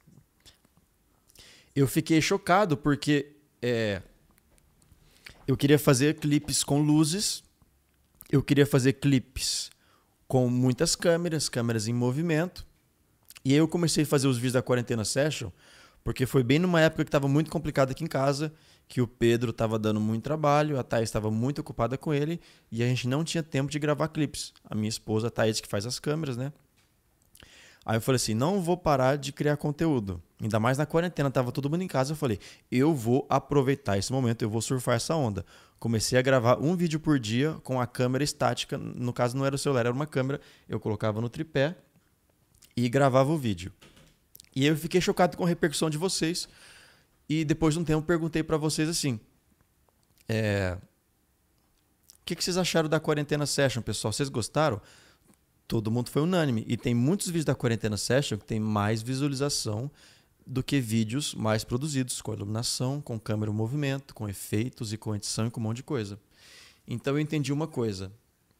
eu fiquei chocado porque é, eu queria fazer clipes com luzes, eu queria fazer clipes com muitas câmeras, câmeras em movimento. E aí eu comecei a fazer os vídeos da Quarentena Session, porque foi bem numa época que estava muito complicado aqui em casa, que o Pedro estava dando muito trabalho, a Thaís estava muito ocupada com ele, e a gente não tinha tempo de gravar clipes. A minha esposa, a Thaís, que faz as câmeras, né? Aí eu falei assim, não vou parar de criar conteúdo. Ainda mais na quarentena, tava todo mundo em casa, eu falei, eu vou aproveitar esse momento, eu vou surfar essa onda. Comecei a gravar um vídeo por dia com a câmera estática, no caso não era o celular, era uma câmera, eu colocava no tripé e gravava o vídeo. E eu fiquei chocado com a repercussão de vocês. E depois de um tempo perguntei para vocês assim, é, o que, que vocês acharam da Quarentena Session, pessoal? Vocês gostaram? Todo mundo foi unânime. E tem muitos vídeos da Quarentena Session que tem mais visualização do que vídeos mais produzidos, com iluminação, com câmera em movimento, com efeitos e com edição e com um monte de coisa. Então eu entendi uma coisa.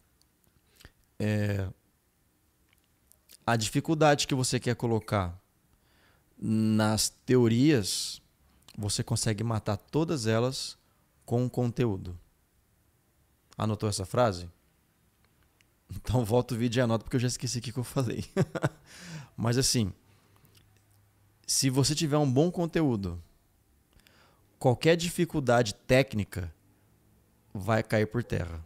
É, a dificuldade que você quer colocar nas teorias, você consegue matar todas elas com conteúdo. Anotou essa frase? Então volta o vídeo e anota, porque eu já esqueci o que eu falei. Mas assim, se você tiver um bom conteúdo, qualquer dificuldade técnica vai cair por terra.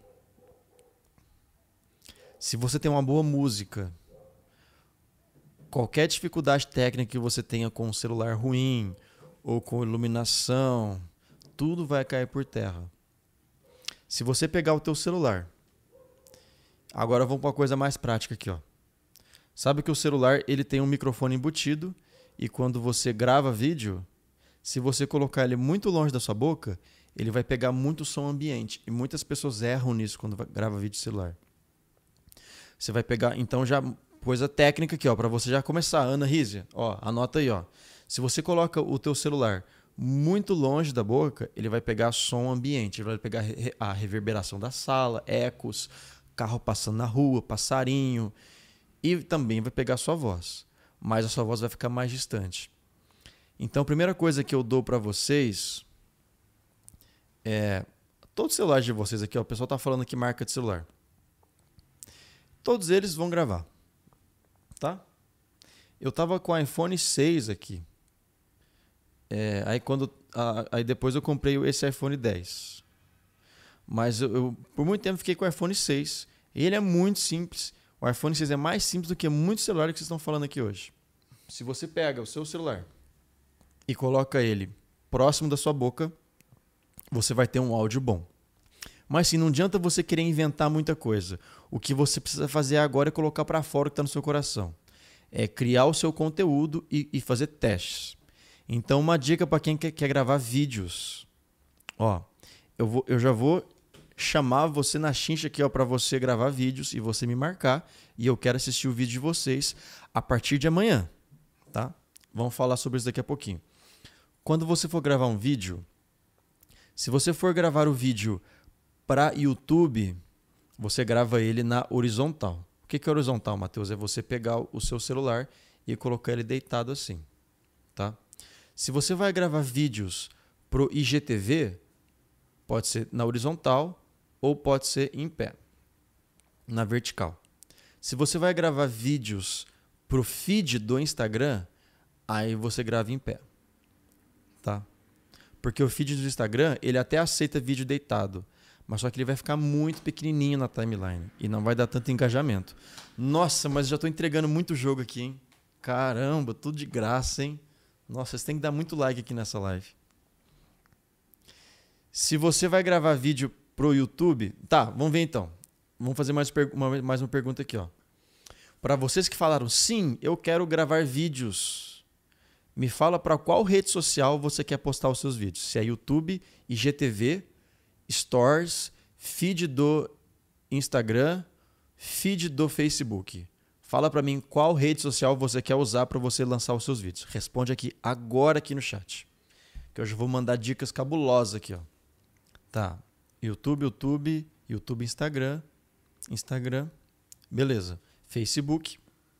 Se você tem uma boa música, qualquer dificuldade técnica que você tenha com um celular ruim ou com iluminação, tudo vai cair por terra. Se você pegar o teu celular, agora vamos para uma coisa mais prática aqui, ó. Sabe que o celular ele tem um microfone embutido e quando você grava vídeo, se você colocar ele muito longe da sua boca, ele vai pegar muito som ambiente e muitas pessoas erram nisso quando grava vídeo de celular. Você vai pegar, então já coisa técnica aqui, ó, para você já começar, Ana Rízia, ó, anota aí, ó. Se você coloca o teu celular muito longe da boca, ele vai pegar som ambiente, ele vai pegar a reverberação da sala, ecos, carro passando na rua, passarinho, e também vai pegar a sua voz, mas a sua voz vai ficar mais distante. Então, a primeira coisa que eu dou para vocês é, todos os celulares de vocês aqui, ó, o pessoal tá falando aqui marca de celular. Todos eles vão gravar, tá? Eu tava com o iPhone seis aqui. É, aí, quando, a, aí depois eu comprei esse iPhone dez. Mas eu, eu por muito tempo fiquei com o iPhone seis. Ele é muito simples. O iPhone seis é mais simples do que muitos celulares que vocês estão falando aqui hoje. Se você pega o seu celular e coloca ele próximo da sua boca, você vai ter um áudio bom. Mas sim, não adianta você querer inventar muita coisa. O que você precisa fazer agora é colocar para fora o que está no seu coração. É criar o seu conteúdo e, e fazer testes. Então, uma dica para quem quer, quer gravar vídeos. Ó, eu, vou, eu já vou chamar você na chincha aqui, ó, para você gravar vídeos e você me marcar. E eu quero assistir o vídeo de vocês a partir de amanhã, tá? Vamos falar sobre isso daqui a pouquinho. Quando você for gravar um vídeo, se você for gravar o vídeo para YouTube, você grava ele na horizontal. O que é horizontal, Matheus? É você pegar o seu celular e colocar ele deitado assim, tá? Se você vai gravar vídeos pro I G T V, pode ser na horizontal ou pode ser em pé, na vertical. Se você vai gravar vídeos pro feed do Instagram, aí você grava em pé, tá? Porque o feed do Instagram, ele até aceita vídeo deitado, mas só que ele vai ficar muito pequenininho na timeline e não vai dar tanto engajamento. Nossa, mas eu já estou entregando muito jogo aqui, hein? Caramba, tudo de graça, hein? Nossa, vocês têm que dar muito like aqui nessa live. Se você vai gravar vídeo pro YouTube... Tá, vamos ver então. Vamos fazer mais uma, mais uma pergunta aqui, ó. Para vocês que falaram, sim, eu quero gravar vídeos. Me fala para qual rede social você quer postar os seus vídeos. Se é YouTube, I G T V, Stories, feed do Instagram, feed do Facebook. Fala para mim qual rede social você quer usar para você lançar os seus vídeos. Responde aqui agora aqui no chat. Que eu já vou mandar dicas cabulosas aqui, ó. Tá. YouTube, YouTube, YouTube, Instagram, Instagram. Beleza. Facebook.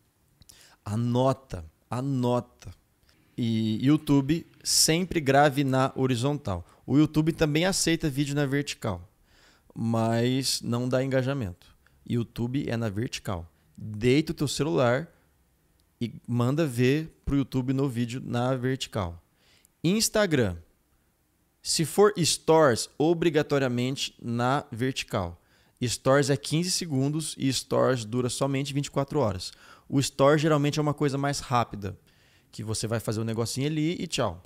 Anota, anota. E YouTube, sempre grave na horizontal. O YouTube também aceita vídeo na vertical, mas não dá engajamento. YouTube é na vertical. Deita o teu celular e manda ver pro YouTube no vídeo na vertical. Instagram, se for Stories, obrigatoriamente na vertical. Stories é quinze segundos e Stories dura somente vinte e quatro horas. O Stories geralmente é uma coisa mais rápida, que você vai fazer um negocinho ali e tchau.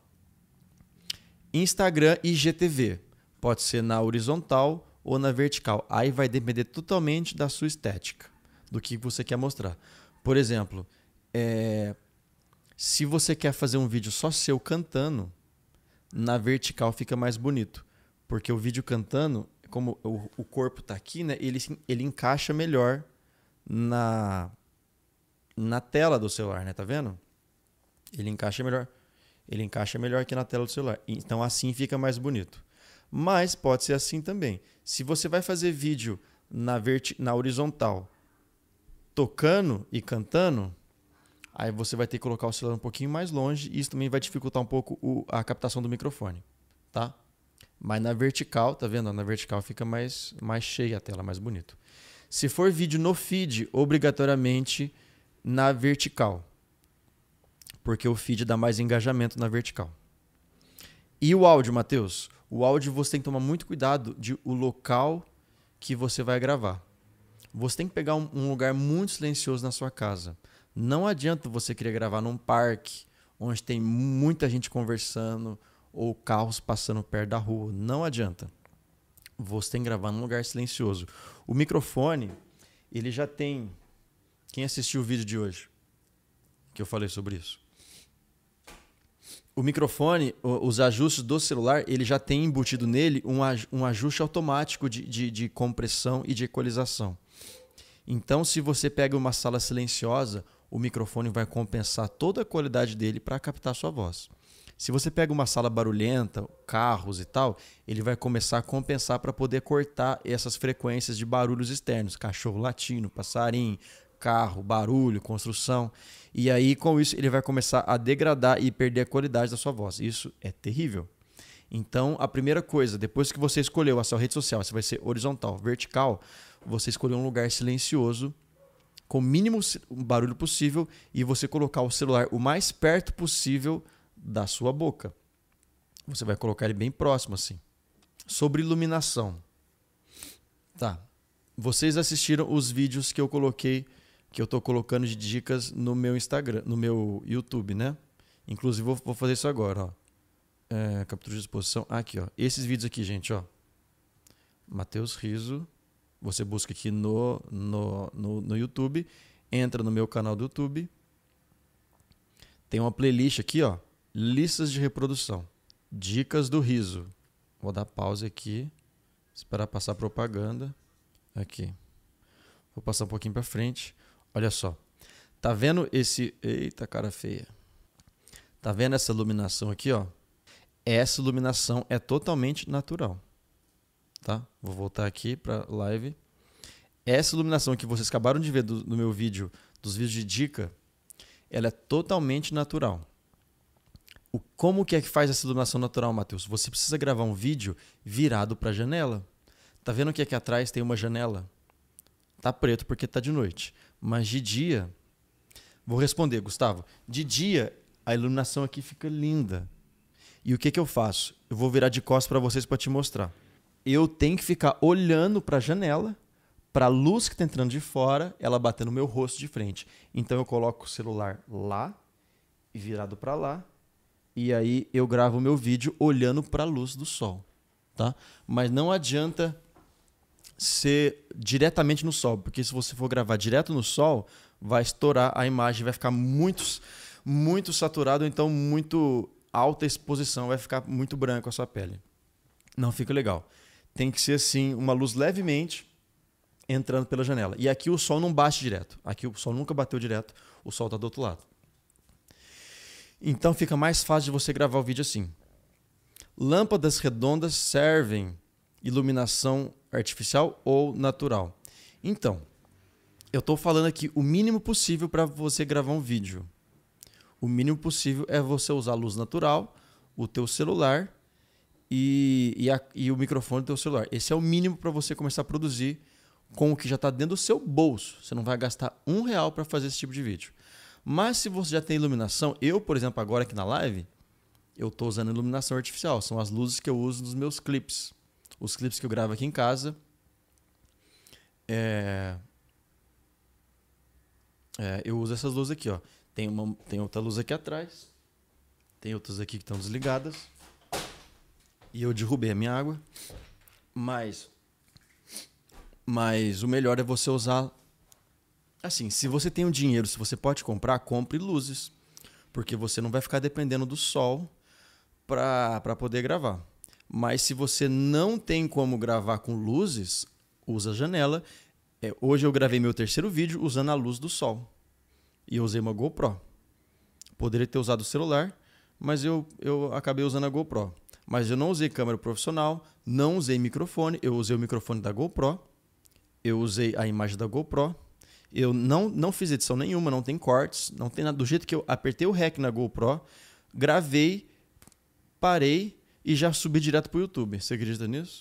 Instagram e I G T V. Pode ser na horizontal ou na vertical. Aí vai depender totalmente da sua estética, do que você quer mostrar. Por exemplo, é... se você quer fazer um vídeo só seu cantando, na vertical fica mais bonito. Porque o vídeo cantando, como o, o corpo está aqui, né, ele, ele encaixa melhor na, na tela do celular, né? Tá vendo? Ele encaixa melhor. Ele encaixa melhor aqui na tela do celular. Então assim fica mais bonito. Mas pode ser assim também. Se você vai fazer vídeo na, verti na horizontal, tocando e cantando, aí você vai ter que colocar o celular um pouquinho mais longe. E isso também vai dificultar um pouco o, a captação do microfone, tá? Mas na vertical, tá vendo? Na vertical fica mais, mais cheia a tela, mais bonito. Se for vídeo no feed, obrigatoriamente na vertical. Porque o feed dá mais engajamento na vertical. E o áudio, Matheus? O áudio você tem que tomar muito cuidado de o local que você vai gravar. Você tem que pegar um, um lugar muito silencioso na sua casa. Não adianta você querer gravar num parque, onde tem muita gente conversando, ou carros passando perto da rua. Não adianta. Você tem que gravar num lugar silencioso. O microfone, ele já tem... Quem assistiu o vídeo de hoje? Que eu falei sobre isso. O microfone, os ajustes do celular, ele já tem embutido nele um ajuste automático de, de, de compressão e de equalização. Então, se você pega uma sala silenciosa, o microfone vai compensar toda a qualidade dele para captar sua voz. Se você pega uma sala barulhenta, carros e tal, ele vai começar a compensar para poder cortar essas frequências de barulhos externos. Cachorro latindo, passarinho, carro, barulho, construção. E aí, com isso, ele vai começar a degradar e perder a qualidade da sua voz. Isso é terrível. Então, a primeira coisa, depois que você escolheu a sua rede social, se vai ser horizontal, vertical, você escolher um lugar silencioso, com o mínimo barulho possível, e você colocar o celular o mais perto possível da sua boca. Você vai colocar ele bem próximo, assim. Sobre iluminação. Tá. Vocês assistiram os vídeos que eu coloquei, que eu estou colocando de dicas no meu Instagram, no meu YouTube, né? Inclusive, vou, vou fazer isso agora, ó. É, captura de exposição. Aqui, ó. Esses vídeos aqui, gente, ó. Matheus Riso. Você busca aqui no, no, no, no YouTube. Entra no meu canal do YouTube. Tem uma playlist aqui, ó. Listas de reprodução. Dicas do riso. Vou dar pause aqui. Esperar passar a propaganda. Aqui. Vou passar um pouquinho para frente. Olha só. Tá vendo esse... Eita, cara feia. Tá vendo essa iluminação aqui, ó? Essa iluminação é totalmente natural. Tá? Vou voltar aqui para live. Essa iluminação que vocês acabaram de ver do, do meu vídeo, dos vídeos de dica, ela é totalmente natural. O, como que é que faz essa iluminação natural, Matheus? Você precisa gravar um vídeo virado para a janela. Tá vendo que aqui atrás tem uma janela? Tá preto porque tá de noite. Mas de dia... Vou responder, Gustavo. De dia, a iluminação aqui fica linda. E o que que eu faço? Eu vou virar de costas para vocês para te mostrar. Eu tenho que ficar olhando para a janela, para a luz que está entrando de fora, ela bater no meu rosto de frente. Então eu coloco o celular lá e virado para lá. E aí eu gravo o meu vídeo olhando para a luz do sol. Tá? Mas não adianta ser diretamente no sol, porque se você for gravar direto no sol, vai estourar a imagem, vai ficar muito, muito saturado, então muito alta exposição, vai ficar muito branco a sua pele. Não fica legal. Tem que ser assim, uma luz levemente entrando pela janela. E aqui o sol não bate direto. Aqui o sol nunca bateu direto, o sol está do outro lado. Então fica mais fácil de você gravar o vídeo assim. Lâmpadas redondas servem iluminação artificial ou natural? Então, eu estou falando aqui o mínimo possível para você gravar um vídeo. O mínimo possível é você usar luz natural, o teu celular e, e, a, e o microfone do teu celular. Esse é o mínimo para você começar a produzir com o que já está dentro do seu bolso. Você não vai gastar um real para fazer esse tipo de vídeo. Mas se você já tem iluminação, eu, por exemplo, agora aqui na live, eu estou usando iluminação artificial. São as luzes que eu uso nos meus clipes. Os clipes que eu gravo aqui em casa. É... É, eu uso essas luzes aqui, ó. Tem, uma, tem outra luz aqui atrás. Tem outras aqui que estão desligadas. E eu derrubei a minha água. Mas, mas o melhor é você usar... Assim, se você tem o dinheiro, se você pode comprar, compre luzes. Porque você não vai ficar dependendo do sol para para poder gravar. Mas se você não tem como gravar com luzes, usa a janela. É, hoje eu gravei meu terceiro vídeo usando a luz do sol. E eu usei uma GoPro. Poderia ter usado o celular, mas eu, eu acabei usando a GoPro. Mas eu não usei câmera profissional, não usei microfone, eu usei o microfone da GoPro, eu usei a imagem da GoPro. Eu não, não fiz edição nenhuma, não tem cortes, não tem nada. Do jeito que eu apertei o REC na GoPro, gravei, parei e já subi direto para o YouTube. Você acredita nisso?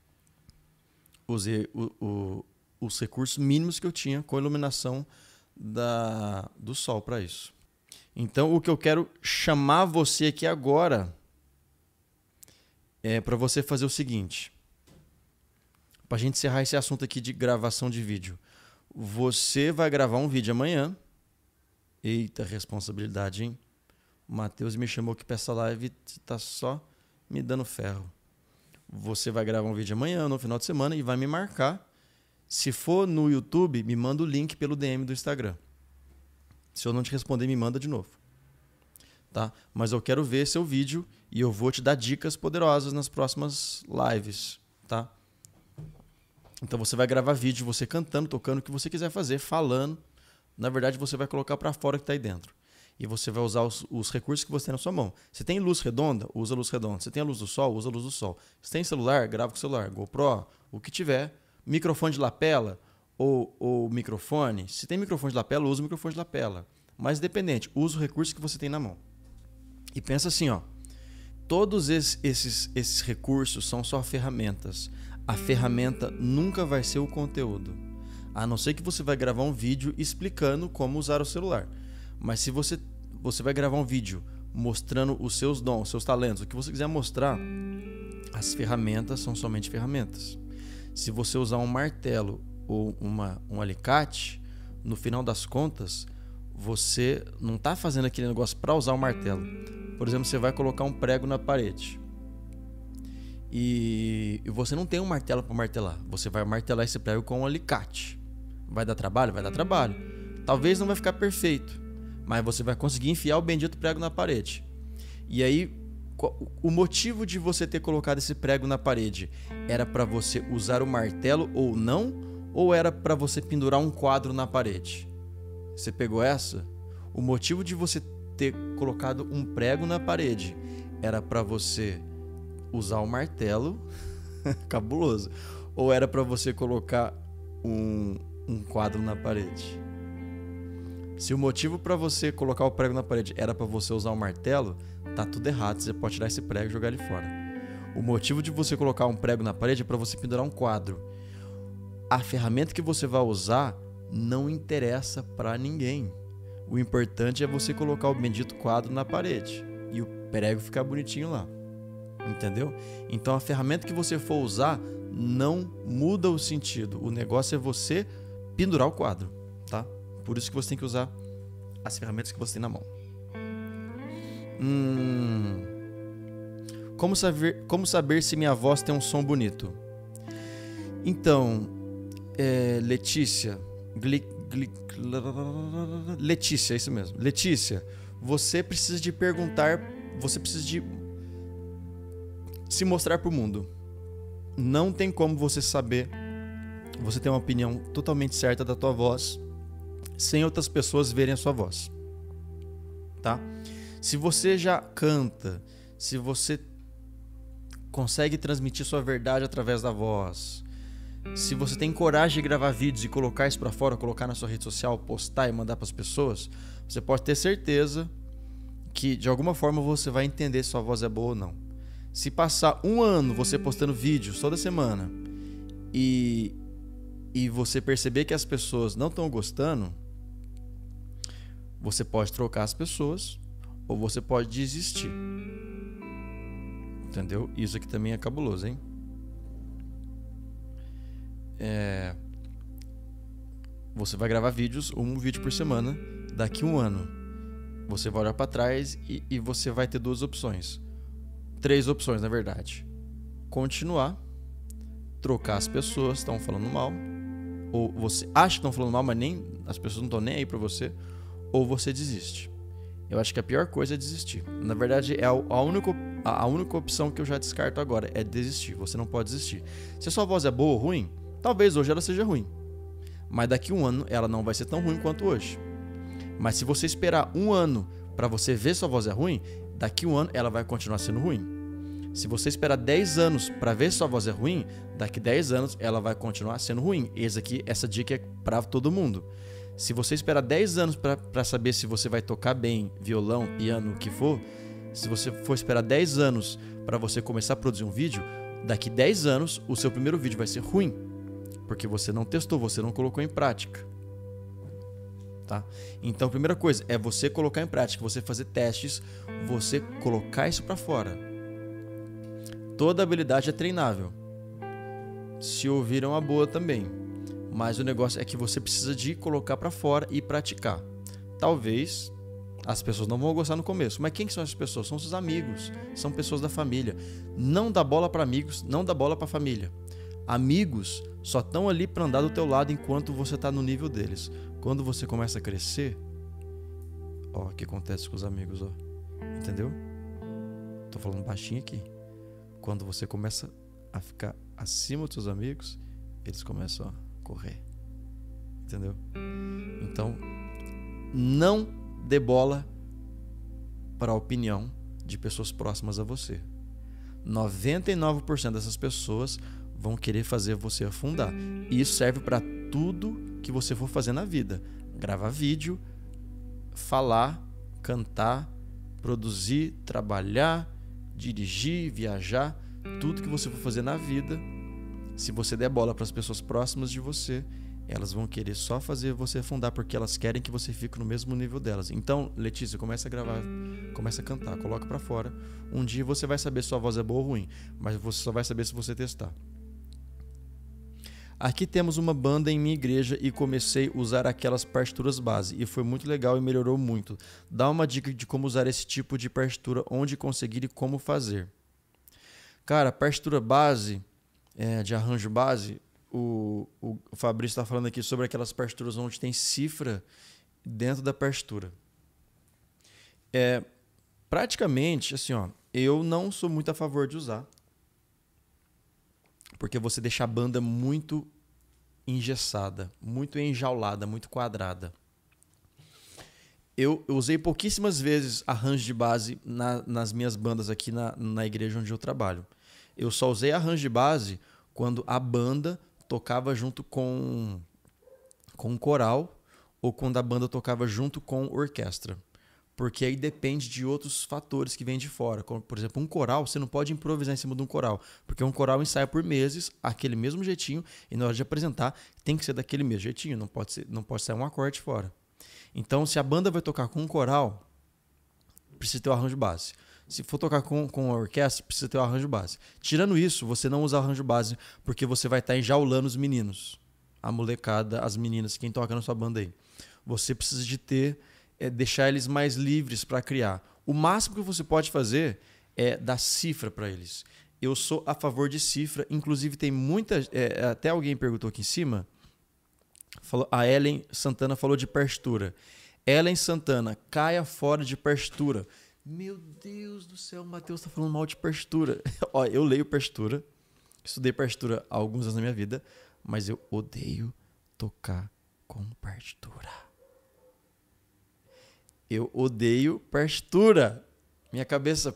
Usei o, o, os recursos mínimos que eu tinha com a iluminação da, do sol para isso. Então, o que eu quero chamar você aqui agora é para você fazer o seguinte. Para a gente encerrar esse assunto aqui de gravação de vídeo. Você vai gravar um vídeo amanhã. Eita, responsabilidade, hein? O Matheus me chamou aqui para essa live e tá só me dando ferro. Você vai gravar um vídeo amanhã, no final de semana, e vai me marcar. Se for no YouTube, me manda o link pelo D M do Instagram. Se eu não te responder, me manda de novo. Tá? Mas eu quero ver seu vídeo e eu vou te dar dicas poderosas nas próximas lives. Tá? Então você vai gravar vídeo, você cantando, tocando, o que você quiser fazer, falando. Na verdade, você vai colocar para fora o que está aí dentro. E você vai usar os, os recursos que você tem na sua mão. Se tem luz redonda, usa a luz redonda. Se tem a luz do sol, usa a luz do sol. Se tem celular, grava com o celular. GoPro, o que tiver. Microfone de lapela ou, ou microfone. Se tem microfone de lapela, usa o microfone de lapela. Mas independente, usa o recurso que você tem na mão. E pensa assim, ó. Todos esses, esses, esses recursos são só ferramentas. A ferramenta nunca vai ser o conteúdo. A não ser que você vai gravar um vídeo explicando como usar o celular. Mas se você, você vai gravar um vídeo mostrando os seus dons, os seus talentos, o que você quiser mostrar, as ferramentas são somente ferramentas. Se você usar um martelo ou uma, um alicate, no final das contas, você não está fazendo aquele negócio para usar o martelo. Por exemplo, você vai colocar um prego na parede. E você não tem um martelo para martelar. Você vai martelar esse prego com um alicate. Vai dar trabalho? Vai dar trabalho. Talvez não vai ficar perfeito, mas você vai conseguir enfiar o bendito prego na parede. E aí, O motivo de você ter colocado esse prego na parede era para você usar o martelo ou não? Ou era para você pendurar um quadro na parede? Você pegou essa? O motivo de você ter colocado um prego na parede era para você usar o martelo, cabuloso, ou era para você colocar um, um quadro na parede? Se o motivo para você colocar o prego na parede era para você usar um martelo, tá tudo errado, você pode tirar esse prego e jogar ele fora. O motivo de você colocar um prego na parede é para você pendurar um quadro. A ferramenta que você vai usar não interessa para ninguém. O importante é você colocar o bendito quadro na parede e o prego ficar bonitinho lá. Entendeu? Então a ferramenta que você for usar não muda o sentido. O negócio é você pendurar o quadro, tá? Por isso que você tem que usar as ferramentas que você tem na mão. Hum... Como saber, como saber se minha voz tem um som bonito? Então, é, Letícia, gli, gli, Letícia, é isso mesmo. Letícia, você precisa de perguntar, você precisa de se mostrar para o mundo. Não tem como você saber, você ter uma opinião totalmente certa da tua voz sem outras pessoas verem a sua voz, tá? Se você já canta, se você consegue transmitir sua verdade através da voz, se você tem coragem de gravar vídeos e colocar isso pra fora, colocar na sua rede social, postar e mandar pras pessoas, você pode ter certeza que de alguma forma você vai entender se sua voz é boa ou não. Se passar um ano você postando vídeos toda semana e, e você perceber que as pessoas não estão gostando, você pode trocar as pessoas ou você pode desistir. Entendeu? Isso aqui também é cabuloso, hein? É... Você vai gravar vídeos, um vídeo por semana, daqui a um ano. Você vai olhar para trás e, e você vai ter duas opções. Três opções, na verdade. Continuar, trocar as pessoas que estão falando mal, ou você acha que estão falando mal, mas nem as pessoas não estão nem aí para você, ou você desiste. Eu acho que a pior coisa é desistir. Na verdade, é a única, a única opção que eu já descarto agora é desistir. Você não pode desistir. Se a sua voz é boa ou ruim, talvez hoje ela seja ruim, mas daqui a um ano ela não vai ser tão ruim quanto hoje. Mas se você esperar um ano para você ver se sua voz é ruim, daqui a um ano ela vai continuar sendo ruim. Se você esperar dez anos para ver se sua voz é ruim, daqui a dez anos ela vai continuar sendo ruim. Esse aqui, essa dica é para todo mundo. Se você esperar dez anos para saber se você vai tocar bem violão, piano, o que for, se você for esperar dez anos para você começar a produzir um vídeo, daqui dez anos o seu primeiro vídeo vai ser ruim, porque você não testou, você não colocou em prática. Tá? Então a primeira coisa é você colocar em prática, você fazer testes, você colocar isso para fora. Toda habilidade é treinável. Se ouvir é uma boa também. Mas o negócio é que você precisa de colocar para fora e praticar. Talvez as pessoas não vão gostar no começo, mas quem são essas pessoas? São seus amigos, são pessoas da família. Não dá bola para amigos, não dá bola para família. Amigos só estão ali para andar do teu lado enquanto você está no nível deles. Quando você começa a crescer, ó, o que acontece com os amigos, ó. Entendeu? Tô falando baixinho aqui. Quando você começa a ficar acima dos seus amigos, eles começam a correr. Entendeu? Então, não dê bola para a opinião de pessoas próximas a você. noventa e nove por cento dessas pessoas vão querer fazer você afundar. E isso serve para tudo que você for fazer na vida. Gravar vídeo, falar, cantar, produzir, trabalhar, dirigir, viajar, tudo que você for fazer na vida. Se você der bola para as pessoas próximas de você, elas vão querer só fazer você afundar, porque elas querem que você fique no mesmo nível delas. Então, Letícia, começa a gravar, começa a cantar, coloca para fora. Um dia você vai saber se sua voz é boa ou ruim, mas você só vai saber se você testar. Aqui temos uma banda em minha igreja e comecei a usar aquelas partituras base e foi muito legal e melhorou muito. Dá uma dica de como usar esse tipo de partitura, onde conseguir e como fazer. Cara, partitura base, é, de arranjo base, o, o, o Fabrício está falando aqui sobre aquelas partituras onde tem cifra dentro da partitura. É, praticamente, assim, ó, eu não sou muito a favor de usar. Porque você deixa a banda muito engessada, muito enjaulada, muito quadrada. Eu, eu usei pouquíssimas vezes arranjo de base na, nas minhas bandas aqui na, na igreja onde eu trabalho. Eu só usei arranjo de base quando a banda tocava junto com, com o coral ou quando a banda tocava junto com a orquestra. Porque aí depende de outros fatores que vêm de fora. Como, por exemplo, um coral, você não pode improvisar em cima de um coral. Porque um coral ensaia por meses, aquele mesmo jeitinho, e na hora de apresentar tem que ser daquele mesmo jeitinho, não pode ser, não pode sair um acorde fora. Então, se a banda vai tocar com um coral, precisa ter o arranjo base. Se for tocar com, com a orquestra, precisa ter o arranjo base. Tirando isso, você não usa arranjo base, porque você vai estar enjaulando os meninos. A molecada, as meninas, quem toca na sua banda aí. Você precisa de ter... é deixar eles mais livres para criar. O máximo que você pode fazer é dar cifra para eles. Eu sou a favor de cifra. Inclusive, tem muita... É, até alguém perguntou aqui em cima. Falou, a Ellen Santana falou de partitura. Ellen Santana, caia fora de partitura. Meu Deus do céu, o Matheus está falando mal de partitura. Ó, eu leio partitura. Estudei partitura há alguns anos na minha vida. Mas eu odeio tocar com partitura. Eu odeio partitura. Minha cabeça...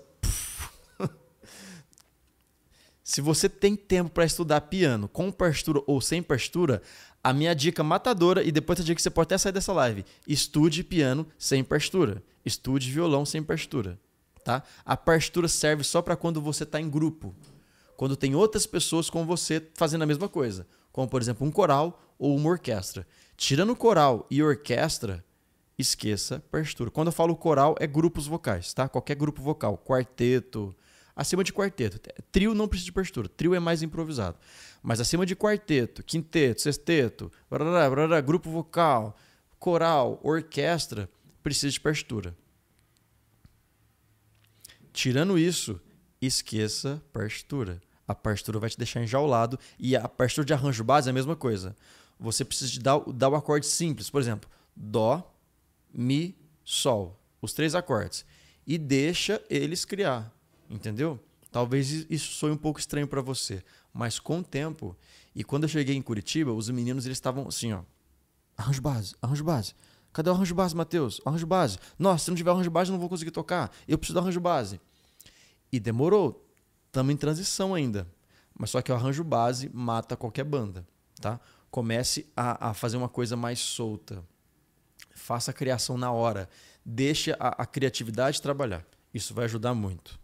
Se você tem tempo para estudar piano com partitura ou sem partitura, a minha dica matadora, e depois a dica que você pode até sair dessa live, estude piano sem partitura. Estude violão sem partitura. Tá? A partitura serve só para quando você está em grupo. Quando tem outras pessoas com você fazendo a mesma coisa. Como, por exemplo, um coral ou uma orquestra. Tirando coral e orquestra... esqueça partitura. Quando eu falo coral, é grupos vocais, tá? Qualquer grupo vocal, quarteto, acima de quarteto. Trio não precisa de partitura, trio é mais improvisado. Mas acima de quarteto, quinteto, sexteto, brará, brará, grupo vocal, coral, orquestra, precisa de partitura. Tirando isso, esqueça partitura. A partitura vai te deixar enjaulado e a partitura de arranjo base é a mesma coisa. Você precisa de dar, dar o acorde simples, por exemplo, dó, mi, sol, os três acordes, e deixa eles criar, entendeu? Talvez isso soe um pouco estranho para você, mas com o tempo, e quando eu cheguei em Curitiba, os meninos eles estavam assim, ó, arranjo base, arranjo base, cadê o arranjo base, Matheus? Arranjo base, nossa, se não tiver arranjo base eu não vou conseguir tocar, eu preciso do arranjo base. E demorou, estamos em transição ainda, mas só que o arranjo base mata qualquer banda, tá? Comece a, a fazer uma coisa mais solta. Faça a criação na hora. Deixe a, a criatividade trabalhar. Isso vai ajudar muito.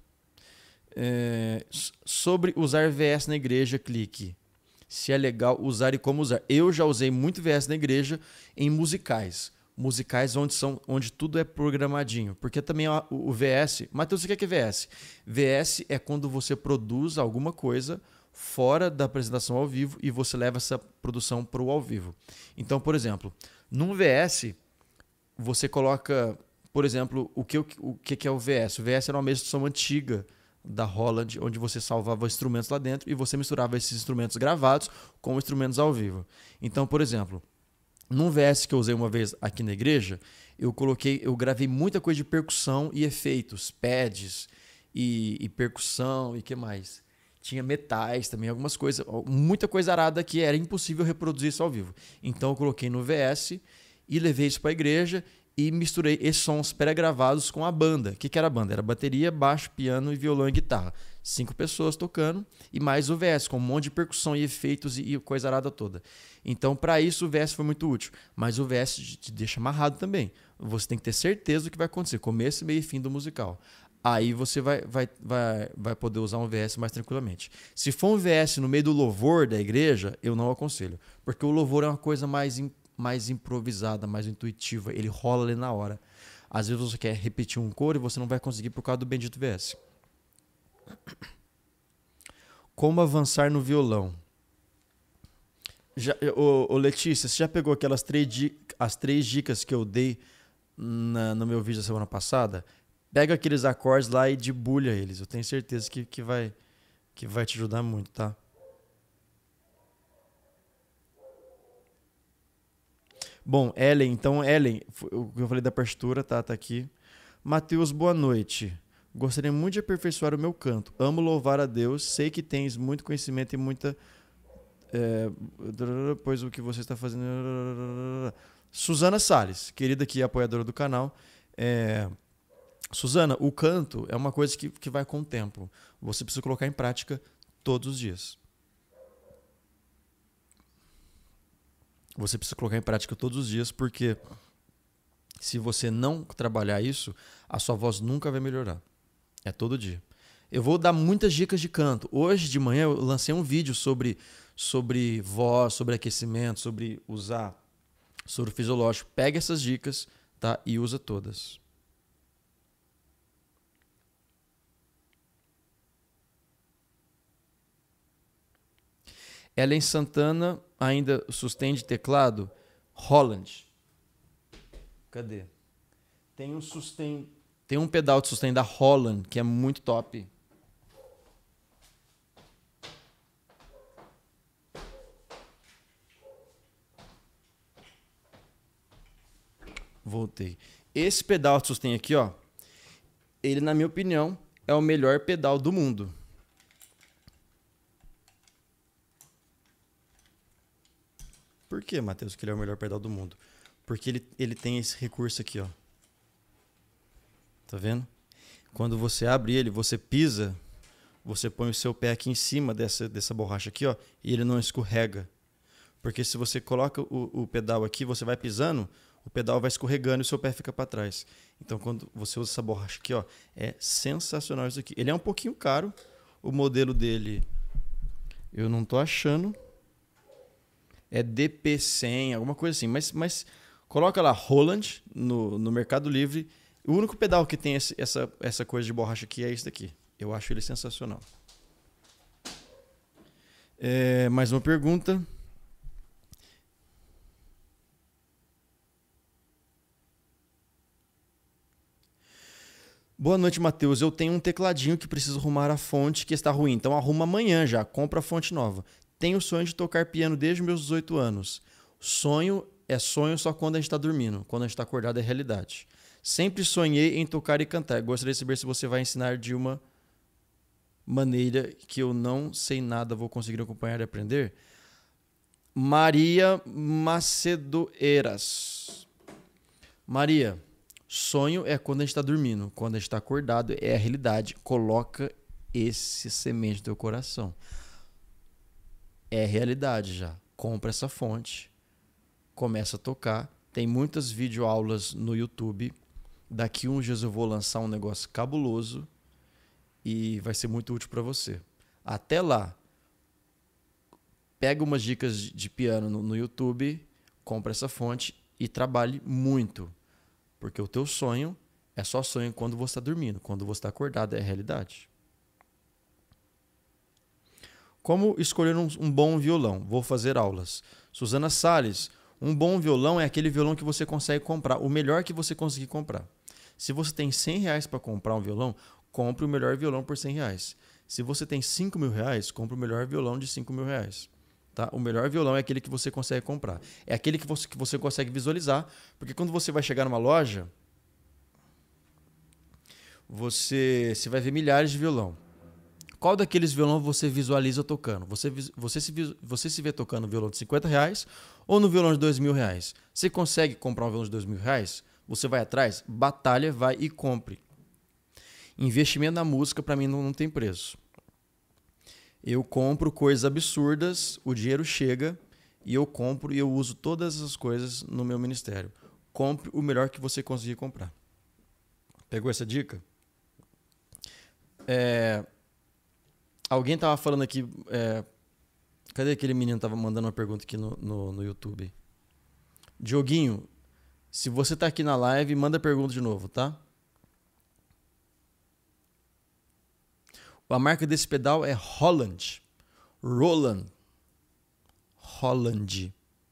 É, sobre usar V S na igreja, clique. Se é legal usar e como usar. Eu já usei muito V S na igreja em musicais. Musicais onde, são, onde tudo é programadinho. Porque também o, o V S... Matheus, o que é, que é V S? V S é quando você produz alguma coisa fora da apresentação ao vivo e você leva essa produção para o ao vivo. Então, por exemplo, num V S... você coloca, por exemplo, o que, o que é o V S? O V S era uma mesa de som antiga da Holland, onde você salvava instrumentos lá dentro e você misturava esses instrumentos gravados com instrumentos ao vivo. Então, por exemplo, num V S que eu usei uma vez aqui na igreja, eu coloquei, eu gravei muita coisa de percussão e efeitos, pads e, e percussão e que mais? Tinha metais também, algumas coisas, muita coisa arada que era impossível reproduzir isso ao vivo. Então eu coloquei no V S e levei isso para a igreja e misturei esses sons pré-gravados com a banda. O que, que era a banda? Era bateria, baixo, piano, e violão e guitarra. Cinco pessoas tocando e mais o V S, com um monte de percussão e efeitos e, e coisa arada toda. Então, para isso, o V S foi muito útil. Mas o V S te deixa amarrado também. Você tem que ter certeza do que vai acontecer, começo, meio e fim do musical. Aí você vai, vai, vai, vai poder usar um V S mais tranquilamente. Se for um V S no meio do louvor da igreja, eu não aconselho. Porque o louvor é uma coisa mais, mais improvisada, mais intuitiva. Ele rola ali na hora. Às vezes você quer repetir um coro e você não vai conseguir por causa do bendito V S. Como avançar no violão? Já, ô, ô Letícia, você já pegou aquelas três, as três dicas que eu dei na, no meu vídeo da semana passada? Pega aqueles acordes lá e debulha eles. Eu tenho certeza que, que, vai, que vai te ajudar muito, tá? Bom, Ellen, então, Ellen, o que eu falei da partitura, tá, tá aqui. Matheus, boa noite. Gostaria muito de aperfeiçoar o meu canto. Amo louvar a Deus. Sei que tens muito conhecimento e muita... É, pois o que você está fazendo... Suzana Salles, querida aqui, apoiadora do canal. É, Suzana, o canto é uma coisa que, que vai com o tempo. Você precisa colocar em prática todos os dias. Você precisa colocar em prática todos os dias, porque se você não trabalhar isso, a sua voz nunca vai melhorar. É todo dia. Eu vou dar muitas dicas de canto. Hoje de manhã eu lancei um vídeo sobre, sobre voz, sobre aquecimento, sobre usar soro fisiológico. Pega essas dicas, tá? E usa todas. Ellen Santana ainda sustém de teclado? Holland. Cadê? Tem um sustain, tem um pedal de sustain da Holland que é muito top. Voltei. Esse pedal de sustain aqui, ó, ele, na minha opinião, é o melhor pedal do mundo. Por que, Matheus, que ele é o melhor pedal do mundo? Porque ele, ele tem esse recurso aqui, ó. Tá vendo? Quando você abre ele, você pisa, você põe o seu pé aqui em cima dessa, dessa borracha aqui, ó, e ele não escorrega. Porque se você coloca o, o pedal aqui, você vai pisando, o pedal vai escorregando e o seu pé fica para trás. Então, quando você usa essa borracha aqui, ó, é sensacional isso aqui. Ele é um pouquinho caro, o modelo dele eu não tô achando. É D P cem, alguma coisa assim. Mas, mas coloca lá Holland no, no Mercado Livre. O único pedal que tem esse, essa, essa coisa de borracha aqui é esse daqui. Eu acho ele sensacional. É, mais uma pergunta. Boa noite, Matheus. Eu tenho um tecladinho que preciso arrumar a fonte que está ruim. Então arruma amanhã já. Compra a fonte nova. Tenho o sonho de tocar piano desde meus dezoito anos. Sonho é sonho só quando a gente está dormindo. Quando a gente está acordado é realidade. Sempre sonhei em tocar e cantar. Gostaria de saber se você vai ensinar de uma maneira que eu não sei nada, vou conseguir acompanhar e aprender. Maria Macedoeiras. Maria, sonho é quando a gente está dormindo. Quando a gente está acordado é a realidade. Coloca esse semente no teu coração. É realidade já. Compra essa fonte. Começa a tocar. Tem muitas videoaulas no YouTube. Daqui uns dias eu vou lançar um negócio cabuloso e vai ser muito útil para você. Até lá, pega umas dicas de piano no, no YouTube, compra essa fonte e trabalhe muito. Porque o teu sonho é só sonho quando você está dormindo. Quando você está acordado é realidade. Como escolher um, um bom violão? Vou fazer aulas. Suzana Salles, um bom violão é aquele violão que você consegue comprar, o melhor que você conseguir comprar. Se você tem cem reais para comprar um violão, compre o melhor violão por cem reais. Se você tem cinco mil reais, compre o melhor violão de cinco mil reais. Tá? O melhor violão é aquele que você consegue comprar. É aquele que você, que você consegue visualizar, porque quando você vai chegar numa loja, você, você vai ver milhares de violão. Qual daqueles violões você visualiza tocando? Você, você, se, você se vê tocando no violão de cinquenta reais ou no violão de dois mil reais? Você consegue comprar um violão de dois mil reais? Você vai atrás, batalha, vai e compre. Investimento na música, para mim, não, não tem preço. Eu compro coisas absurdas, o dinheiro chega e eu compro e eu uso todas essas coisas no meu ministério. Compre o melhor que você conseguir comprar. Pegou essa dica? É... Alguém estava falando aqui... É... Cadê aquele menino que estava mandando uma pergunta aqui no, no, no YouTube? Dioguinho, se você está aqui na live, manda pergunta de novo, tá? A marca desse pedal é Holland. Roland. Holland.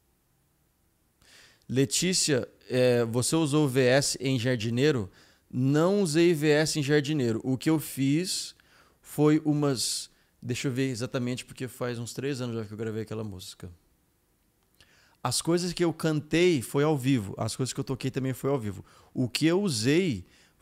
Letícia, é, você usou V S em jardineiro? Não usei V S em jardineiro. O que eu fiz foi umas... Deixa eu ver exatamente, porque faz uns três anos já que eu gravei aquela música. As coisas que eu cantei foi ao vivo. As coisas que eu toquei também foi ao vivo. O que eu usei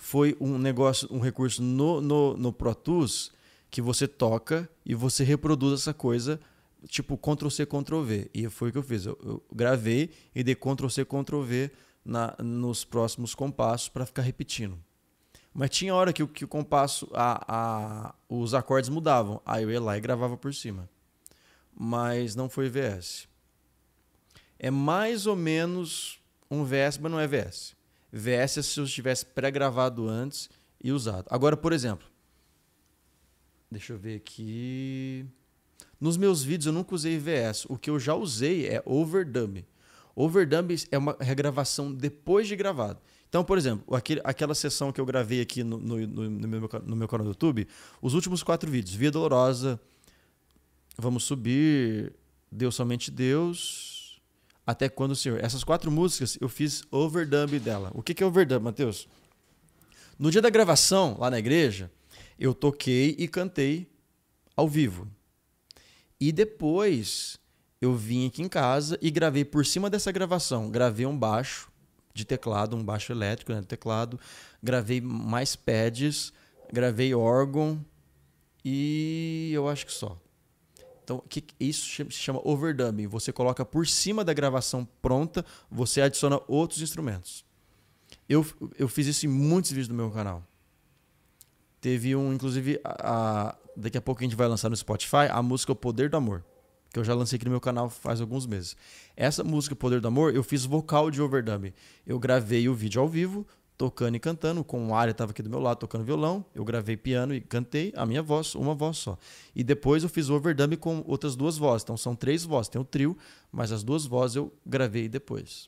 foi um negócio, um recurso no, no, no Pro Tools que você toca e você reproduz essa coisa, tipo control C, control V. E foi o que eu fiz. Eu, eu gravei e dei control C, control V na, nos próximos compassos para ficar repetindo. Mas tinha hora que, o- que o compasso, a, a, os acordes mudavam. Aí eu ia lá e gravava por cima. Mas não foi V S. É mais ou menos um V S, mas não é V S. V S é se eu tivesse pré-gravado antes e usado. Agora, por exemplo, deixa eu ver aqui. Nos meus vídeos eu nunca usei V S. O que eu já usei é overdub. Overdub é uma regravação depois de gravado. Então, por exemplo, aquele, aquela sessão que eu gravei aqui no, no, no, no meu, no meu canal do YouTube, os últimos quatro vídeos, Via Dolorosa, Vamos Subir, Deus Somente Deus, Até Quando o Senhor. Essas quatro músicas eu fiz overdub dela. O que que é overdub, Matheus? No dia da gravação, lá na igreja, eu toquei e cantei ao vivo. E depois eu vim aqui em casa e gravei por cima dessa gravação. Gravei um baixo de teclado, um baixo elétrico, né, de teclado. Gravei mais pads, gravei órgão e eu acho que só. Então, que, isso se chama overdubbing. Você coloca por cima da gravação pronta, você adiciona outros instrumentos. Eu, eu fiz isso em muitos vídeos do meu canal. Teve um, inclusive, a, a, daqui a pouco a gente vai lançar no Spotify a música O Poder do Amor, que eu já lancei aqui no meu canal faz alguns meses. Essa música, Poder do Amor, eu fiz vocal de overdub. Eu gravei o vídeo ao vivo, tocando e cantando, com o Ari estava aqui do meu lado tocando violão, eu gravei piano e cantei a minha voz, uma voz só. E depois eu fiz o overdub com outras duas vozes, então são três vozes, tem o trio, mas as duas vozes eu gravei depois.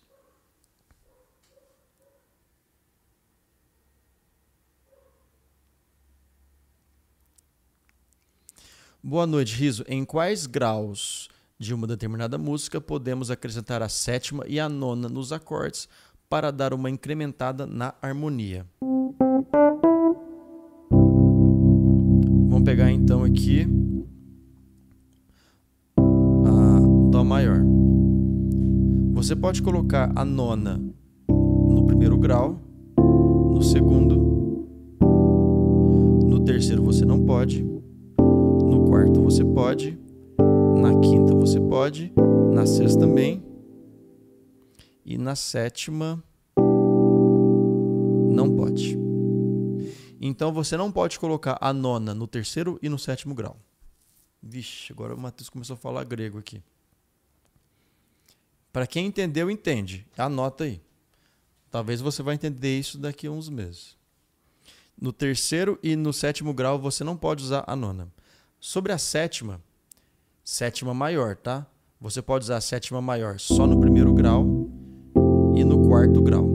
Boa noite, Riso. Em quais graus de uma determinada música podemos acrescentar a sétima e a nona nos acordes para dar uma incrementada na harmonia? Vamos pegar então aqui a Dó maior. Você pode colocar a nona no primeiro grau, no segundo, no terceiro você não pode, no quarto você pode, na quinta você pode, na sexta também e na sétima não pode. Então você não pode colocar a nona no terceiro e no sétimo grau. Vixe, agora o Matheus começou a falar grego aqui. Para quem entendeu, entende. Anota aí. Talvez você vai entender isso daqui a uns meses. No terceiro e no sétimo grau você não pode usar a nona. Sobre a sétima, sétima maior, tá? Você pode usar a sétima maior só no primeiro grau e no quarto grau.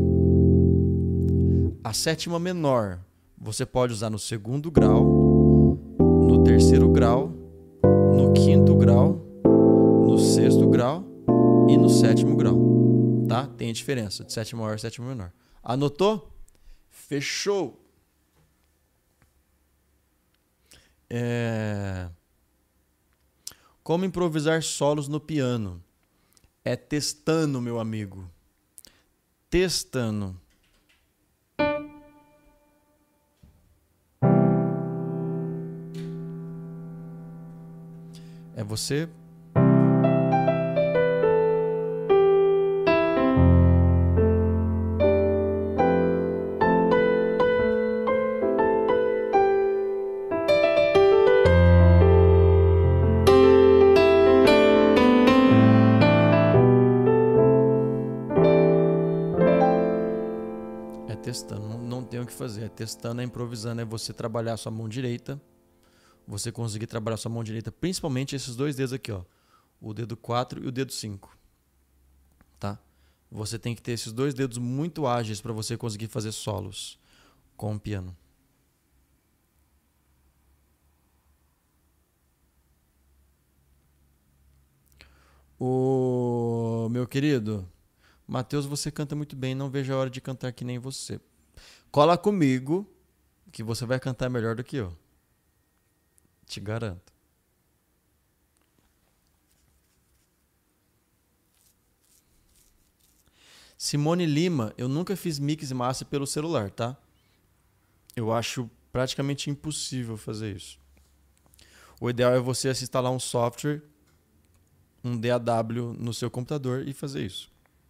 A sétima menor você pode usar no segundo grau, no terceiro grau, no quinto grau, no sexto grau e no sétimo grau, tá? Tem a diferença de sétima maior e sétima menor. Anotou? Fechou! É... Como improvisar solos no piano? É testando, meu amigo. Testando. É você... testando, não, não tem o que fazer, é testando, é improvisando, é você trabalhar a sua mão direita, você conseguir trabalhar a sua mão direita, principalmente esses dois dedos aqui, ó, o dedo quatro e o dedo cinco, tá? Você tem que ter esses dois dedos muito ágeis para você conseguir fazer solos com o piano. O meu querido Matheus, você canta muito bem, não vejo a hora de cantar que nem você. Cola comigo que você vai cantar melhor do que eu. Te garanto. Simone Lima, eu nunca fiz mix e master pelo celular, tá? Eu acho praticamente impossível fazer isso. O ideal é você se instalar um software, um D A W no seu computador e fazer isso.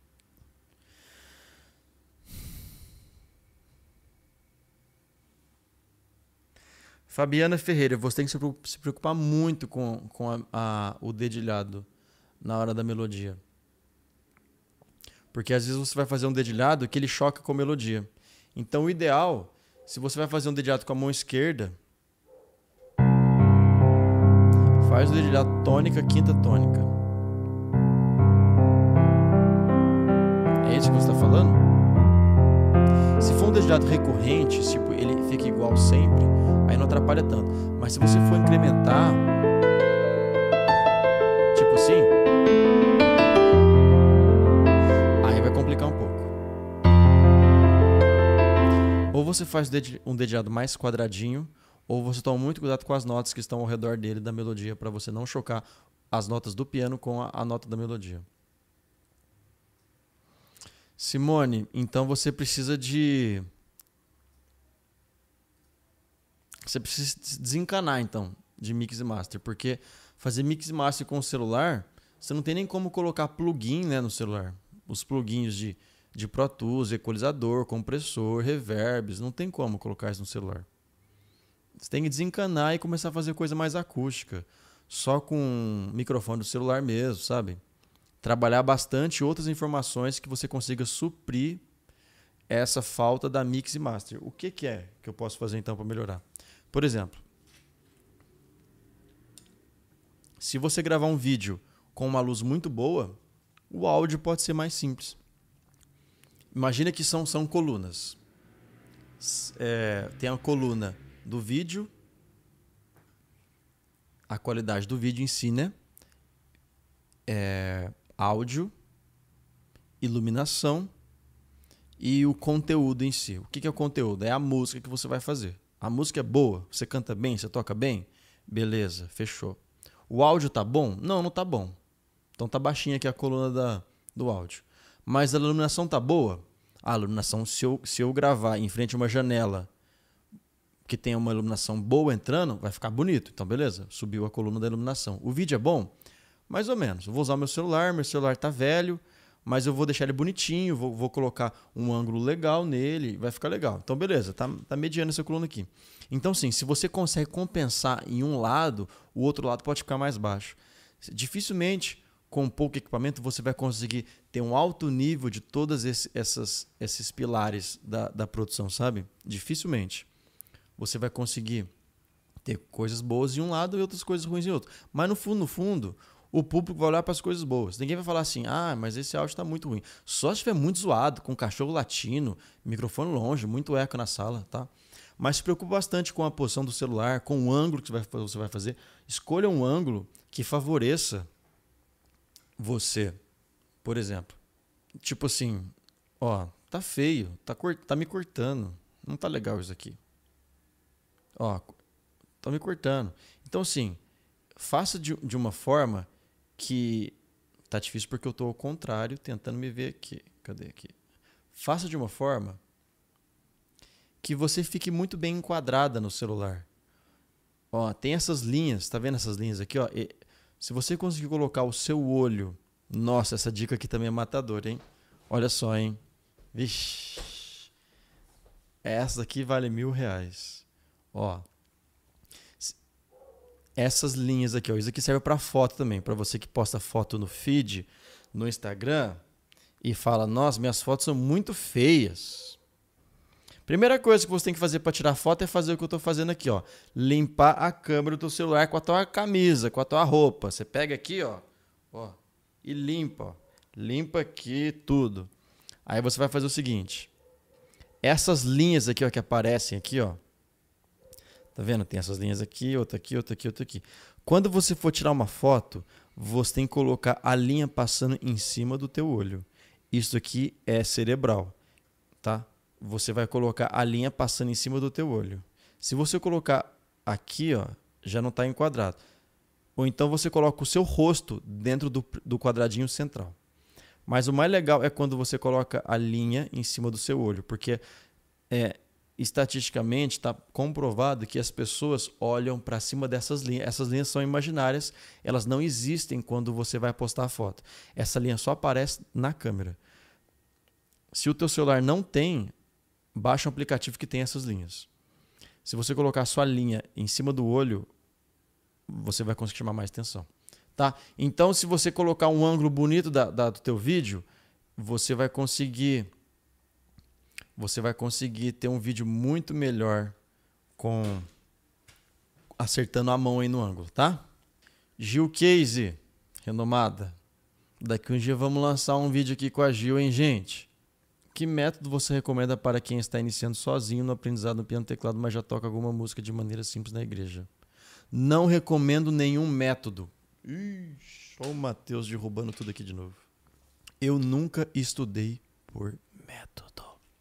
Fabiana Ferreira, você tem que se preocupar muito com, com a, a, o dedilhado na hora da melodia. Porque às vezes você vai fazer um dedilhado que ele choca com a melodia. Então o ideal, se você vai fazer um dedilhado com a mão esquerda, faz o dedilhado tônica, quinta tônica. É isso que você está falando? Se for um dedilhado recorrente, tipo, ele fica igual sempre, aí não atrapalha tanto. Mas se você for incrementar, tipo assim, aí vai complicar um pouco. Ou você faz um dedilhado mais quadradinho, ou você toma muito cuidado com as notas que estão ao redor dele da melodia, para você não chocar as notas do piano com a, a nota da melodia. Simone, então você precisa de... Você precisa desencanar, então, de mix e master. Porque fazer mix e master com o celular, você não tem nem como colocar plugin, né, no celular. Os plugins de, de Pro Tools, equalizador, compressor, reverbs, não tem como colocar isso no celular. Você tem que desencanar e começar a fazer coisa mais acústica. Só com o microfone do celular mesmo, sabe? Trabalhar bastante outras informações que você consiga suprir essa falta da mix e master. O que, que é que eu posso fazer então para melhorar? Por exemplo, se você gravar um vídeo com uma luz muito boa, o áudio pode ser mais simples. Imagina que são, são colunas. É, tem a coluna do vídeo, a qualidade do vídeo em si, né? É, áudio, iluminação e o conteúdo em si. O que é o conteúdo? É a música que você vai fazer. A música é boa? Você canta bem? Você toca bem? Beleza, fechou. O áudio tá bom? Não, não tá bom. Então tá baixinha aqui a coluna da, do áudio. Mas a iluminação tá boa? A iluminação, se eu, se eu gravar em frente a uma janela que tem uma iluminação boa entrando, vai ficar bonito. Então beleza, subiu a coluna da iluminação. O vídeo é bom? Mais ou menos. Eu vou usar o meu celular, meu celular tá velho, mas eu vou deixar ele bonitinho, vou, vou colocar um ângulo legal nele, vai ficar legal. Então, beleza, tá, tá mediando essa coluna aqui. Então, sim, se você consegue compensar em um lado, o outro lado pode ficar mais baixo. Dificilmente, com pouco equipamento, você vai conseguir ter um alto nível de todos esse, essas, esses pilares da, da produção, sabe? Dificilmente. Você vai conseguir ter coisas boas em um lado e outras coisas ruins em outro. Mas, no fundo, no fundo... o público vai olhar para as coisas boas. Ninguém vai falar assim, ah, mas esse áudio está muito ruim. Só se estiver muito zoado, com cachorro latino, microfone longe, muito eco na sala, tá? Mas se preocupe bastante com a posição do celular, com o ângulo que você vai fazer. Escolha um ângulo que favoreça você. Por exemplo, tipo assim, ó, tá feio, tá, cort... tá me cortando, não tá legal isso aqui. Ó, tá me cortando. Então, assim, faça de, de uma forma que tá difícil porque eu tô ao contrário, tentando me ver aqui. Cadê aqui? Faça de uma forma que você fique muito bem enquadrada no celular. Ó, tem essas linhas, tá vendo essas linhas aqui, ó? E se você conseguir colocar o seu olho, nossa, essa dica aqui também é matadora, hein? Olha só, hein? Vixe. Essa aqui vale mil reais. Ó. Essas linhas aqui, ó, isso aqui serve para foto também, para você que posta foto no feed, no Instagram e fala, nossa, minhas fotos são muito feias. Primeira coisa que você tem que fazer para tirar foto é fazer o que eu estou fazendo aqui, ó, limpar a câmera do teu celular com a tua camisa, com a tua roupa. Você pega aqui, ó, ó, e limpa, ó, limpa aqui tudo. Aí você vai fazer o seguinte, essas linhas aqui, ó, que aparecem aqui, ó. Tá vendo? Tem essas linhas aqui, outra aqui, outra aqui, outra aqui. Quando você for tirar uma foto, você tem que colocar a linha passando em cima do teu olho. Isso aqui é cerebral, tá? Você vai colocar a linha passando em cima do teu olho. Se você colocar aqui, ó, já não está enquadrado. Ou então você coloca o seu rosto dentro do, do quadradinho central. Mas o mais legal é quando você coloca a linha em cima do seu olho, porque é, estatisticamente está comprovado que as pessoas olham para cima dessas linhas. Essas linhas são imaginárias, elas não existem quando você vai postar a foto. Essa linha só aparece na câmera. Se o teu celular não tem, baixa um aplicativo que tem essas linhas. Se você colocar a sua linha em cima do olho, você vai conseguir chamar mais atenção. Tá? Então, se você colocar um ângulo bonito da, da, do teu vídeo, você vai conseguir você vai conseguir ter um vídeo muito melhor com acertando a mão aí no ângulo, tá? Gil Case, renomada. Daqui um dia vamos lançar um vídeo aqui com a Gil, hein, gente? Que método você recomenda para quem está iniciando sozinho no aprendizado no piano e teclado, mas já toca alguma música de maneira simples na igreja? Não recomendo nenhum método. Ixi, olha o Matheus derrubando tudo aqui de novo. Eu nunca estudei por método.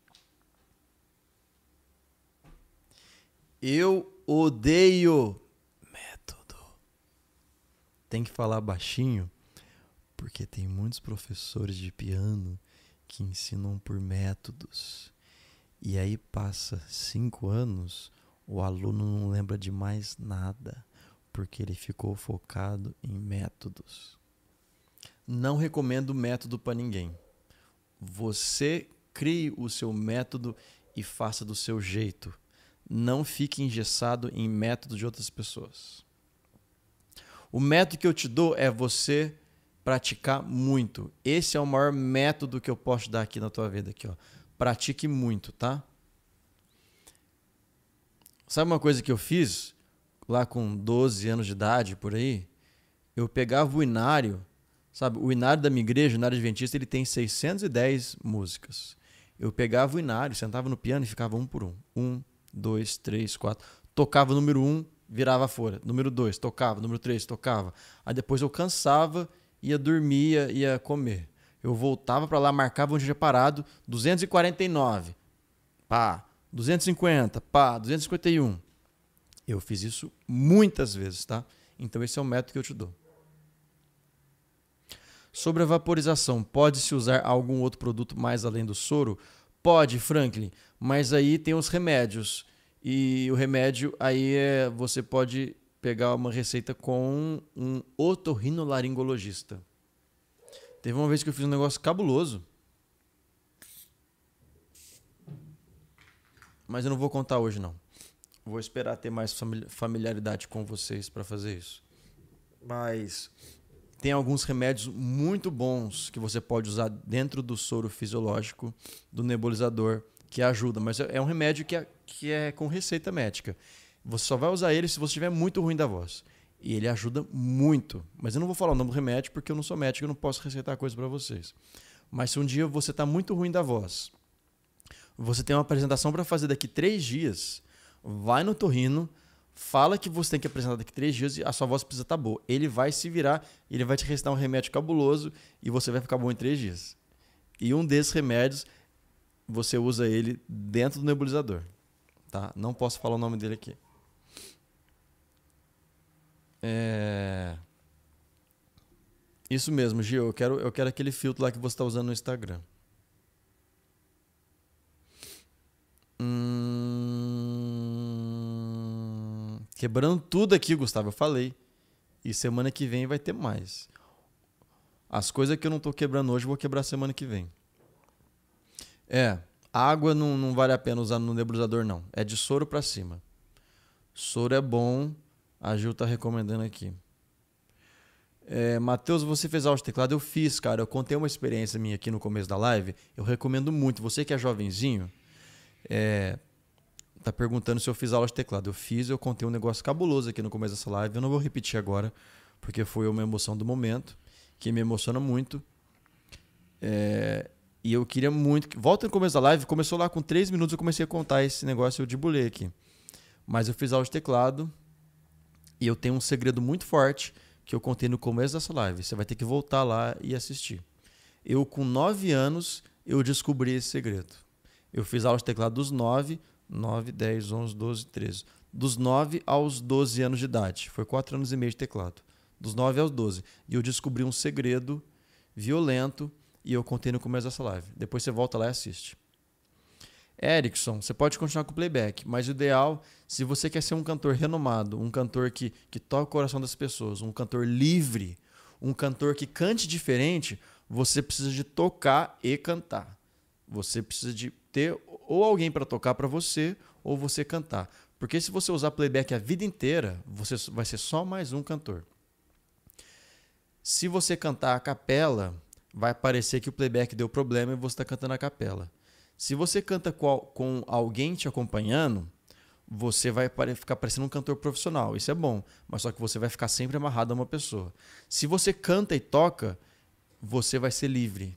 Eu odeio método. Tem que falar baixinho, porque tem muitos professores de piano que ensinam por métodos. E aí passa cinco anos, o aluno não lembra de mais nada, porque ele ficou focado em métodos. Não recomendo método para ninguém. Você crie o seu método e faça do seu jeito. Não fique engessado em método de outras pessoas. O método que eu te dou é você praticar muito. Esse é o maior método que eu posso dar aqui na tua vida. Aqui, ó. Pratique muito, tá? Sabe uma coisa que eu fiz lá com doze anos de idade, por aí? Eu pegava o inário, sabe? O inário da minha igreja, o inário adventista, ele tem seiscentas e dez músicas. Eu pegava o inário, sentava no piano e ficava um por um. Um, dois, três, quatro. Tocava o número um, virava a folha. Número dois, tocava. Número três, tocava. Aí depois eu cansava, ia dormir, ia, ia comer. Eu voltava para lá, marcava onde tinha parado. duzentos e quarenta e nove. Pá. duzentos e cinquenta. Pá. duzentos e cinquenta e um. Eu fiz isso muitas vezes, tá? Então esse é o método que eu te dou. Sobre a vaporização, pode-se usar algum outro produto mais além do soro? Pode, Franklin, mas aí tem os remédios. E o remédio aí é, você pode pegar uma receita com um otorrinolaringologista. Teve uma vez que eu fiz um negócio cabuloso. Mas eu não vou contar hoje, não. Vou esperar ter mais familiaridade com vocês para fazer isso. Mas tem alguns remédios muito bons que você pode usar dentro do soro fisiológico do nebulizador que ajuda. Mas é um remédio que é, que é com receita médica. Você só vai usar ele se você estiver muito ruim da voz. E ele ajuda muito. Mas eu não vou falar o nome do remédio porque eu não sou médico e não posso receitar coisa para vocês. Mas se um dia você está muito ruim da voz, você tem uma apresentação para fazer daqui três dias, vai no otorrino, fala que você tem que apresentar daqui três dias e a sua voz precisa estar boa. Ele vai se virar, ele vai te receitar um remédio cabuloso e você vai ficar bom em três dias. E um desses remédios, você usa ele dentro do nebulizador. Tá? Não posso falar o nome dele aqui. É... Isso mesmo, Gil. Eu quero, eu quero aquele filtro lá que você está usando no Instagram. Hum... Quebrando tudo aqui, Gustavo. Eu falei. E semana que vem vai ter mais. As coisas que eu não estou quebrando hoje, eu vou quebrar semana que vem. É. Água não, não vale a pena usar no nebulizador, não. É de soro para cima. Soro é bom. A Gil tá recomendando aqui. É, Matheus, você fez aula de teclado? Eu fiz, cara. Eu contei uma experiência minha aqui no começo da live. Eu recomendo muito. Você que é jovenzinho, é, tá perguntando se eu fiz aula de teclado. Eu fiz, eu contei um negócio cabuloso aqui no começo dessa live. Eu não vou repetir agora, porque foi uma emoção do momento, que me emociona muito. É, e eu queria muito... Volta no começo da live. Começou lá com três minutos, eu comecei a contar esse negócio. Eu debulei aqui. Mas eu fiz aula de teclado. E eu tenho um segredo muito forte que eu contei no começo dessa live. Você vai ter que voltar lá e assistir. Eu, com nove anos, eu descobri esse segredo. Eu fiz aula de teclado dos nove, nove, dez, onze, doze, treze. Dos nove aos doze anos de idade. Foi quatro anos e meio de teclado. Dos nove aos doze. E eu descobri um segredo violento e eu contei no começo dessa live. Depois você volta lá e assiste. Erickson, você pode continuar com o playback, mas o ideal, se você quer ser um cantor renomado, um cantor que, que toca o coração das pessoas, um cantor livre, um cantor que cante diferente, você precisa de tocar e cantar. Você precisa de ter ou alguém para tocar para você, ou você cantar. Porque se você usar playback a vida inteira, você vai ser só mais um cantor. Se você cantar a capela, vai parecer que o playback deu problema e você está cantando a capela. Se você canta com alguém te acompanhando, você vai ficar parecendo um cantor profissional. Isso é bom, mas só que você vai ficar sempre amarrado a uma pessoa. Se você canta e toca, você vai ser livre.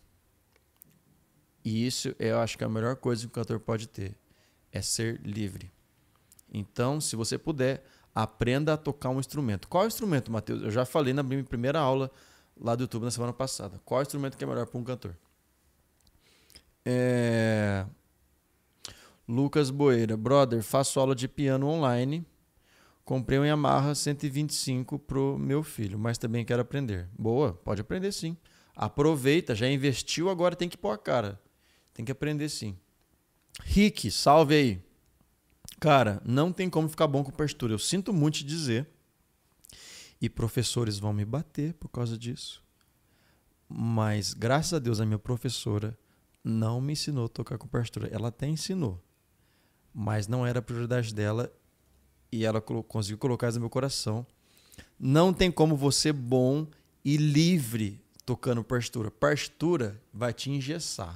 E isso eu acho que é a melhor coisa que um cantor pode ter, é ser livre. Então, se você puder, aprenda a tocar um instrumento. Qual instrumento, Matheus? Eu já falei na minha primeira aula lá do YouTube na semana passada. Qual instrumento que é melhor para um cantor? É... Lucas Boeira. Brother, faço aula de piano online. Comprei um Yamaha cento e vinte e cinco pro meu filho, mas também quero aprender. Boa, pode aprender sim. Aproveita, já investiu, agora tem que pôr a cara. Tem que aprender sim. Rick, salve aí. Cara, não tem como ficar bom com partitura. Eu sinto muito te dizer. E professores vão me bater por causa disso. Mas, graças a Deus, a minha professora não me ensinou a tocar com partitura. Ela até ensinou. Mas não era a prioridade dela. E ela conseguiu colocar isso no meu coração. Não tem como você bom e livre tocando partitura. Partitura vai te engessar.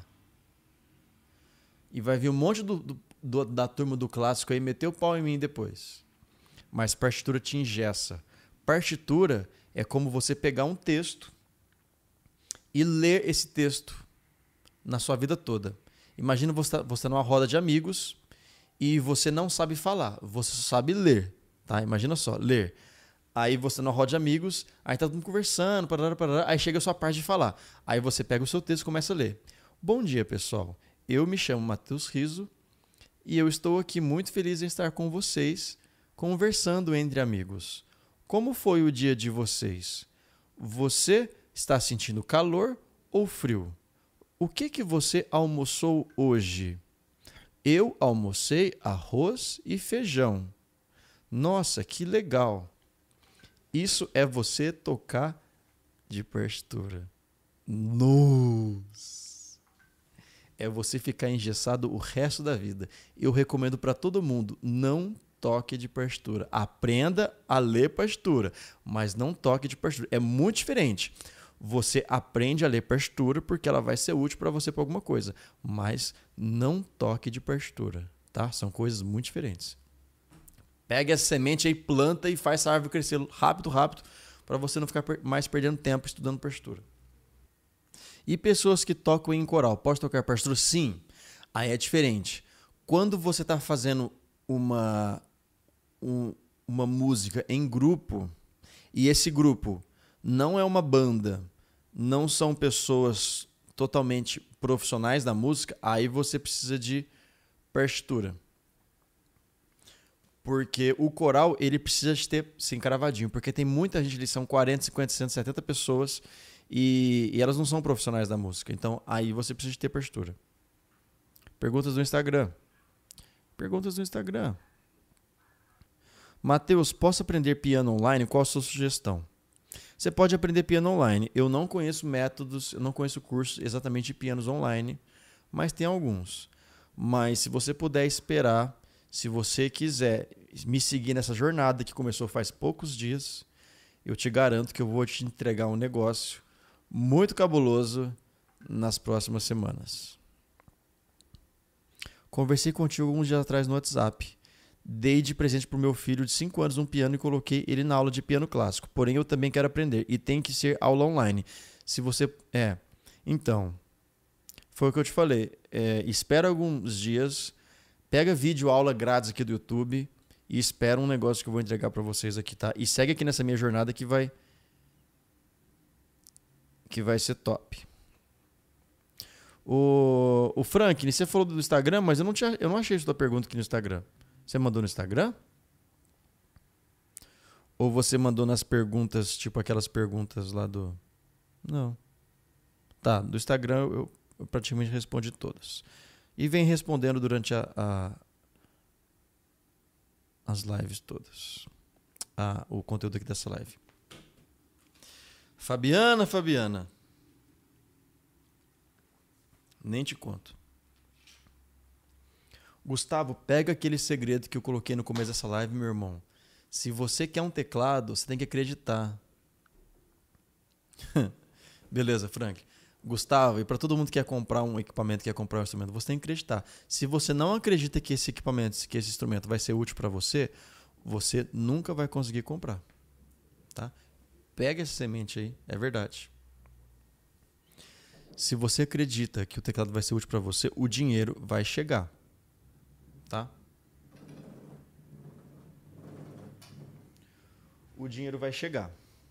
E vai vir um monte do, do, do, da turma do clássico aí meter o pau em mim depois. Mas partitura te engessa. Partitura é como você pegar um texto e ler esse texto na sua vida toda. Imagina você, você numa roda de amigos e você não sabe falar, você só sabe ler. Tá? Imagina só, ler. Aí você numa roda de amigos, aí tá todo mundo conversando, parará, parará, aí chega a sua parte de falar. Aí você pega o seu texto e começa a ler. Bom dia, pessoal. Eu me chamo Matheus Riso e eu estou aqui muito feliz em estar com vocês, conversando entre amigos. Como foi o dia de vocês? Você está sentindo calor ou frio? O que que você almoçou hoje? Eu almocei arroz e feijão. Nossa, que legal! Isso é você tocar de partitura. Nossa! É você ficar engessado o resto da vida. Eu recomendo para todo mundo, não toque de partitura. Aprenda a ler partitura, mas não toque de partitura. É muito diferente. Você aprende a ler partitura porque ela vai ser útil para você para alguma coisa, mas não toque de partitura, tá? São coisas muito diferentes. Pega essa semente aí, planta e faz essa árvore crescer rápido, rápido, para você não ficar mais perdendo tempo estudando partitura. E pessoas que tocam em coral, pode tocar partitura? Sim. Aí é diferente. Quando você está fazendo uma, um, uma música em grupo, e esse grupo não é uma banda, não são pessoas totalmente profissionais da música, aí você precisa de partitura. Porque o coral, ele precisa de ter, sim, cravadinho, porque tem muita gente ali, são quarenta, cinquenta, cento, setenta pessoas, e, e elas não são profissionais da música. Então, aí você precisa de ter partitura. Perguntas no Instagram. Perguntas no Instagram. Matheus, posso aprender piano online? Qual a sua sugestão? Você pode aprender piano online. Eu não conheço métodos, eu não conheço cursos exatamente de pianos online, mas tem alguns. Mas se você puder esperar, se você quiser me seguir nessa jornada que começou faz poucos dias, eu te garanto que eu vou te entregar um negócio muito cabuloso nas próximas semanas. Conversei contigo alguns dias atrás no WhatsApp. Dei de presente para o meu filho de cinco anos um piano e coloquei ele na aula de piano clássico. Porém, eu também quero aprender e tem que ser aula online. Se você... É, então, foi o que eu te falei. É, espera alguns dias, pega vídeo aula grátis aqui do YouTube e espera um negócio que eu vou entregar para vocês aqui, tá? E segue aqui nessa minha jornada que vai... que vai ser top. O, o Frank, você falou do Instagram, mas eu não, tinha, eu não achei sua pergunta aqui no Instagram. Você mandou no Instagram? Ou você mandou nas perguntas, tipo aquelas perguntas lá do... Não. Tá, do Instagram eu, eu praticamente respondi todas. e vem respondendo durante a, a, as lives todas. A, o conteúdo aqui dessa live. Fabiana, Fabiana. Nem te conto. Gustavo, pega aquele segredo que eu coloquei no começo dessa live, meu irmão. Se você quer um teclado, você tem que acreditar. Beleza, Frank. Gustavo, e para todo mundo que quer comprar um equipamento, quer comprar um instrumento, você tem que acreditar. Se você não acredita que esse equipamento, que esse instrumento vai ser útil para você, você nunca vai conseguir comprar. Tá? Pega essa semente aí, é verdade. Se você acredita que o teclado vai ser útil para você, o dinheiro vai chegar. Tá? O dinheiro vai chegar.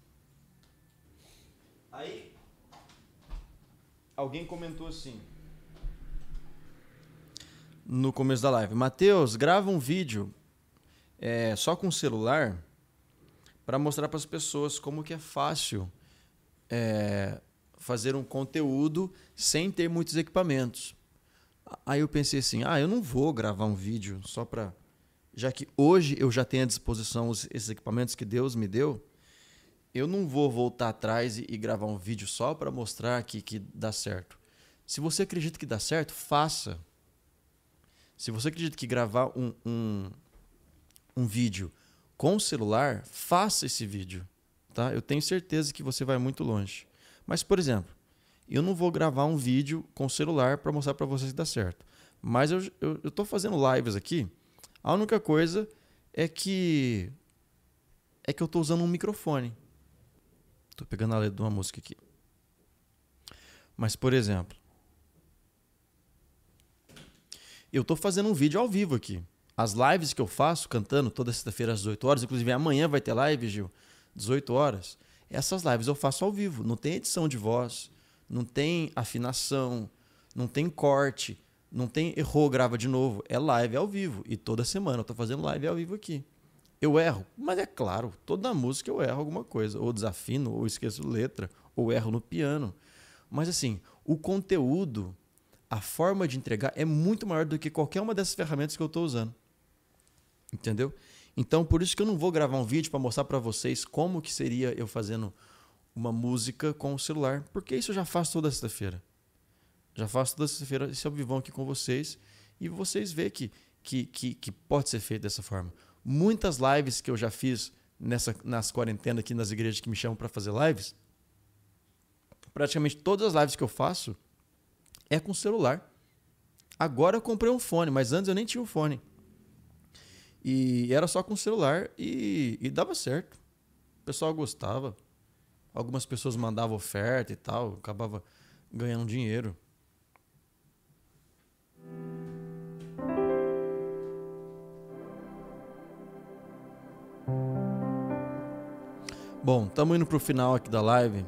Aí, alguém comentou assim, no começo da live, Matheus, grava um vídeo é, só com o celular para mostrar para as pessoas como que é fácil é, fazer um conteúdo sem ter muitos equipamentos. Aí eu pensei assim, ah, eu não vou gravar um vídeo só para... Já que hoje eu já tenho à disposição os, esses equipamentos que Deus me deu, eu não vou voltar atrás e, e gravar um vídeo só para mostrar que, que dá certo. Se você acredita que dá certo, faça. Se você acredita que gravar um, um, um vídeo com o celular, faça esse vídeo. Tá? Eu tenho certeza que você vai muito longe. Mas, por exemplo, eu não vou gravar um vídeo com o celular para mostrar para vocês que dá certo. Mas eu estou fazendo lives aqui. A única coisa é que é que eu estou usando um microfone. Estou pegando a letra de uma música aqui. Mas, por exemplo, eu estou fazendo um vídeo ao vivo aqui. As lives que eu faço, cantando toda sexta-feira às dezoito horas, inclusive amanhã vai ter live, Gil, dezoito horas. Essas lives eu faço ao vivo. Não tem edição de voz, não tem afinação, não tem corte, não tem errou, grava de novo. É live ao vivo. E toda semana eu estou fazendo live ao vivo aqui. Eu erro, mas é claro, toda música eu erro alguma coisa. Ou desafino, ou esqueço letra, ou erro no piano. Mas assim, o conteúdo, a forma de entregar é muito maior do que qualquer uma dessas ferramentas que eu estou usando. Entendeu? Então, por isso que eu não vou gravar um vídeo para mostrar para vocês como que seria eu fazendo uma música com o celular. Porque isso eu já faço toda sexta-feira. Já faço toda sexta-feira esse ao vivão aqui com vocês. E vocês veem que, que, que, que pode ser feito dessa forma. Muitas lives que eu já fiz nessa, nas quarentenas aqui nas igrejas que me chamam para fazer lives, praticamente todas as lives que eu faço é com celular. Agora eu comprei um fone, mas antes eu nem tinha um fone. E era só com celular e, e dava certo. O pessoal gostava. Algumas pessoas mandavam oferta e tal, acabava ganhando dinheiro. Bom, estamos indo para o final aqui da live.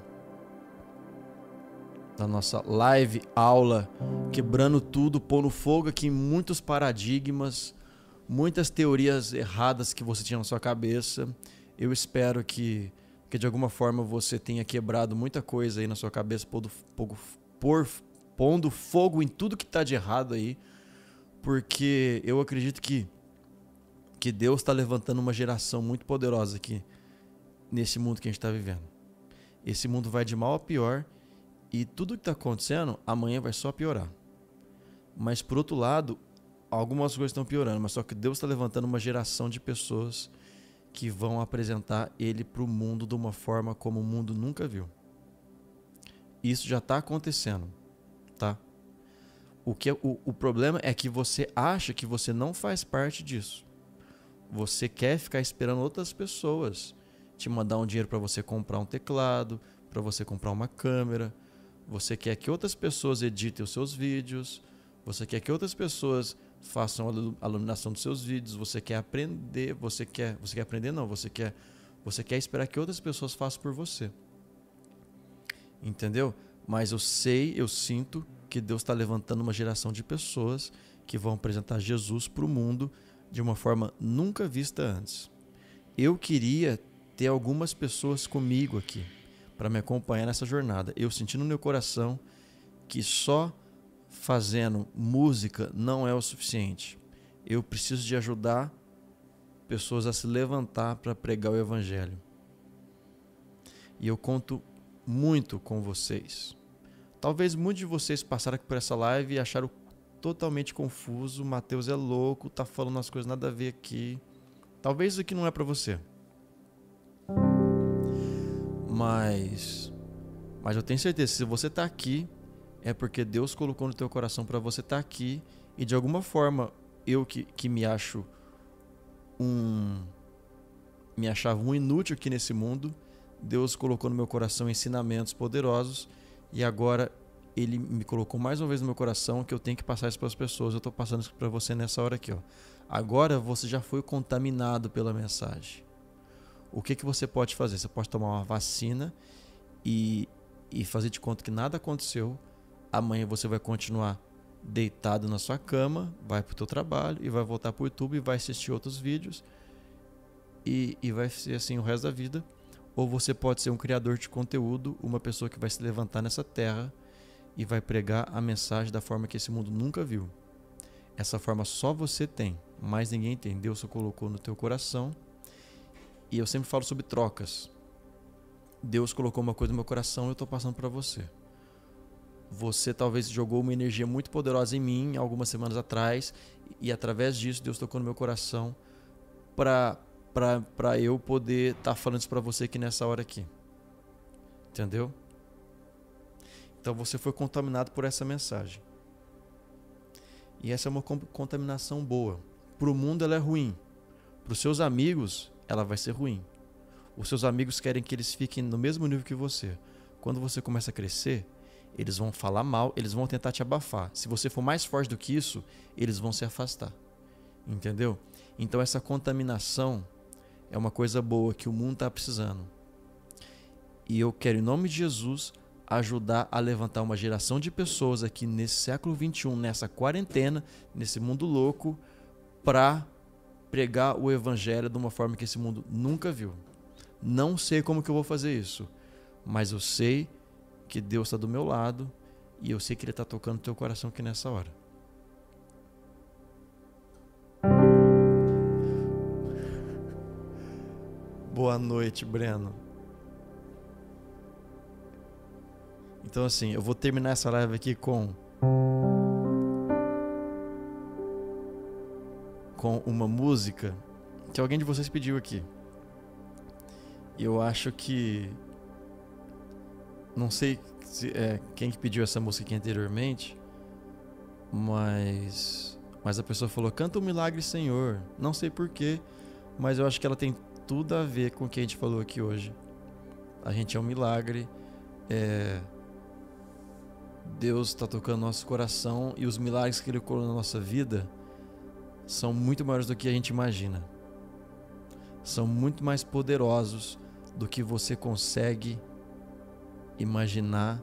Da nossa live aula, quebrando tudo, pondo fogo aqui em muitos paradigmas, muitas teorias erradas que você tinha na sua cabeça. Eu espero que, que de alguma forma você tenha quebrado muita coisa aí na sua cabeça, pondo, pondo, por, pondo fogo em tudo que está de errado aí, porque eu acredito que, que Deus está levantando uma geração muito poderosa aqui nesse mundo que a gente está vivendo. Esse mundo vai de mal a pior e tudo que está acontecendo amanhã vai só piorar. Mas por outro lado, algumas coisas estão piorando, mas só que Deus está levantando uma geração de pessoas que vão apresentar Ele para o mundo de uma forma como o mundo nunca viu. Isso já está acontecendo, tá? O, que, o, o problema é que você acha que você não faz parte disso. Você quer ficar esperando outras pessoas te mandar um dinheiro para você comprar um teclado, para você comprar uma câmera. Você quer que outras pessoas editem os seus vídeos. Você quer que outras pessoas façam a iluminação dos seus vídeos. Você quer aprender. Você quer, você quer aprender? Não. Você quer, você quer esperar que outras pessoas façam por você. Entendeu? Mas eu sei, eu sinto que Deus está levantando uma geração de pessoas que vão apresentar Jesus para o mundo de uma forma nunca vista antes. Eu queria ter algumas pessoas comigo aqui para me acompanhar nessa jornada. Eu senti no meu coração que só fazendo música não é o suficiente. Eu preciso de ajudar pessoas a se levantar para pregar o evangelho. E eu conto muito com vocês. Talvez muitos de vocês passaram por essa live e acharam totalmente confuso. Mateus é louco, tá falando umas coisas nada a ver aqui. Talvez isso aqui não é para você. Mas, mas eu tenho certeza, se você tá aqui, é porque Deus colocou no teu coração para você estar aqui. E de alguma forma, eu que, que me acho um... me achava um inútil aqui nesse mundo, Deus colocou no meu coração ensinamentos poderosos. E agora Ele me colocou mais uma vez no meu coração que eu tenho que passar isso para as pessoas. Eu estou passando isso para você nessa hora aqui, ó. Agora você já foi contaminado pela mensagem. O que, que você pode fazer? Você pode tomar uma vacina e, e fazer de conta que nada aconteceu. Amanhã você vai continuar deitado na sua cama, vai para o teu trabalho e vai voltar para o YouTube e vai assistir outros vídeos e, e vai ser assim o resto da vida. Ou você pode ser um criador de conteúdo, uma pessoa que vai se levantar nessa terra e vai pregar a mensagem da forma que esse mundo nunca viu. Essa forma só você tem, mais ninguém tem. Deus só colocou no teu coração. E eu sempre falo sobre trocas. Deus colocou uma coisa no meu coração e eu estou passando para você. Você talvez jogou uma energia muito poderosa em mim algumas semanas atrás e através disso Deus tocou no meu coração para para eu poder estar tá falando isso para você aqui nessa hora aqui. Entendeu? Então você foi contaminado por essa mensagem. E essa é uma contaminação boa. Para o mundo ela é ruim. Para os seus amigos ela vai ser ruim. Os seus amigos querem que eles fiquem no mesmo nível que você. Quando você começa a crescer, eles vão falar mal, eles vão tentar te abafar. Se você for mais forte do que isso, eles vão se afastar. Entendeu? Então essa contaminação é uma coisa boa que o mundo está precisando. E eu quero, em nome de Jesus, ajudar a levantar uma geração de pessoas aqui nesse século vinte e um, nessa quarentena, nesse mundo louco, para pregar o evangelho de uma forma que esse mundo nunca viu. Não sei como que eu vou fazer isso, mas eu sei que Deus está do meu lado e eu sei que Ele está tocando no teu coração aqui nessa hora. Boa noite, Breno. Então assim, eu vou terminar essa live aqui com com uma música que alguém de vocês pediu aqui. Eu acho que não sei se, é, quem que pediu essa música aqui anteriormente, mas mas a pessoa falou: canta um milagre, Senhor. Não sei porquê, mas eu acho que ela tem tudo a ver com o que a gente falou aqui hoje. A gente é um milagre. É... Deus está tocando nosso coração e os milagres que Ele colocou na nossa vida são muito maiores do que a gente imagina. São muito mais poderosos do que você consegue imaginar.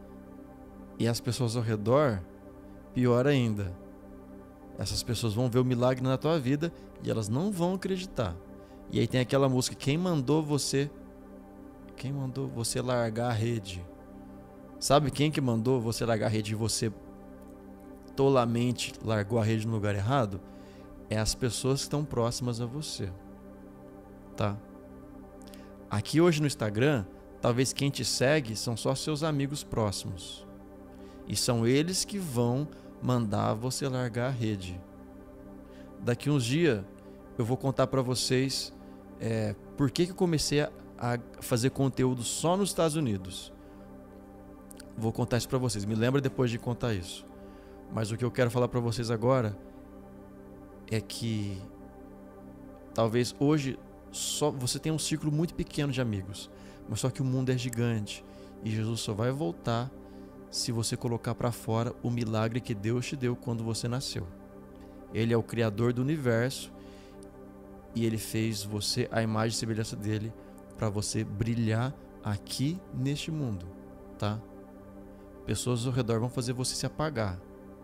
E as pessoas ao redor, pior ainda, essas pessoas vão ver o milagre na tua vida e elas não vão acreditar. E aí tem aquela música: quem mandou você quem mandou você largar a rede? Sabe quem que mandou você largar a rede e você tolamente largou a rede no lugar errado? É as pessoas que estão próximas a você, tá? Aqui hoje no Instagram, talvez quem te segue são só seus amigos próximos. E são eles que vão mandar você largar a rede. Daqui uns dias eu vou contar para vocês é, por que que eu comecei a, a fazer conteúdo só nos Estados Unidos. Vou contar isso para vocês. Me lembra depois de contar isso. Mas o que eu quero falar para vocês agora é que talvez hoje só você tenha um círculo muito pequeno de amigos, mas só que o mundo é gigante e Jesus só vai voltar se você colocar para fora o milagre que Deus te deu quando você nasceu. Ele é o Criador do universo e Ele fez você a imagem e semelhança dele para você brilhar aqui neste mundo, tá? Pessoas ao redor vão fazer você se apagar,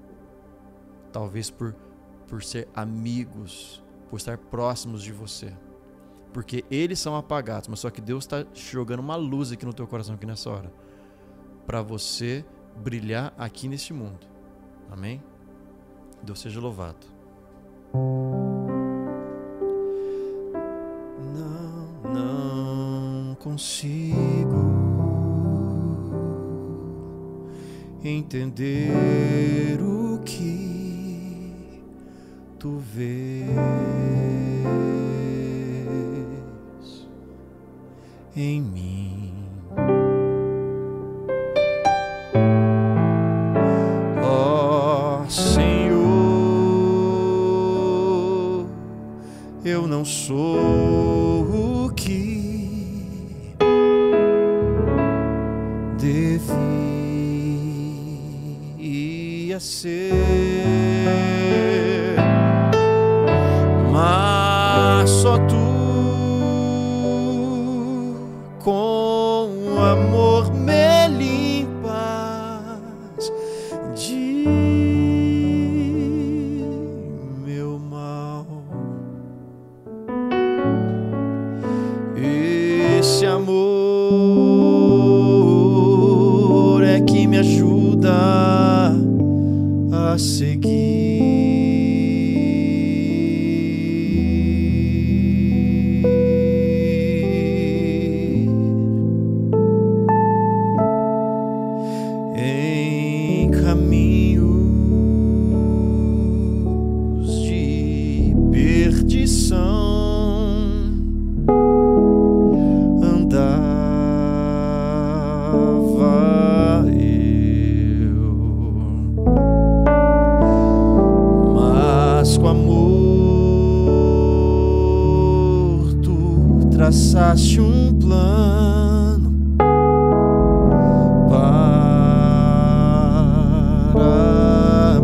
talvez por, por ser amigos, por estar próximos de você, porque eles são apagados, mas só que Deus está jogando uma luz aqui no teu coração aqui nessa hora, para você brilhar aqui neste mundo. Amém? Deus seja louvado. Não, não consigo entender o que tu vês em mim. Ó Senhor, eu não sou o que devia ser, mas só tu com amor me limpas de meu mal. Esse amor é que me ajuda a seguir. Em caminhos de perdição andava eu, mas com amor tu traçaste um plano para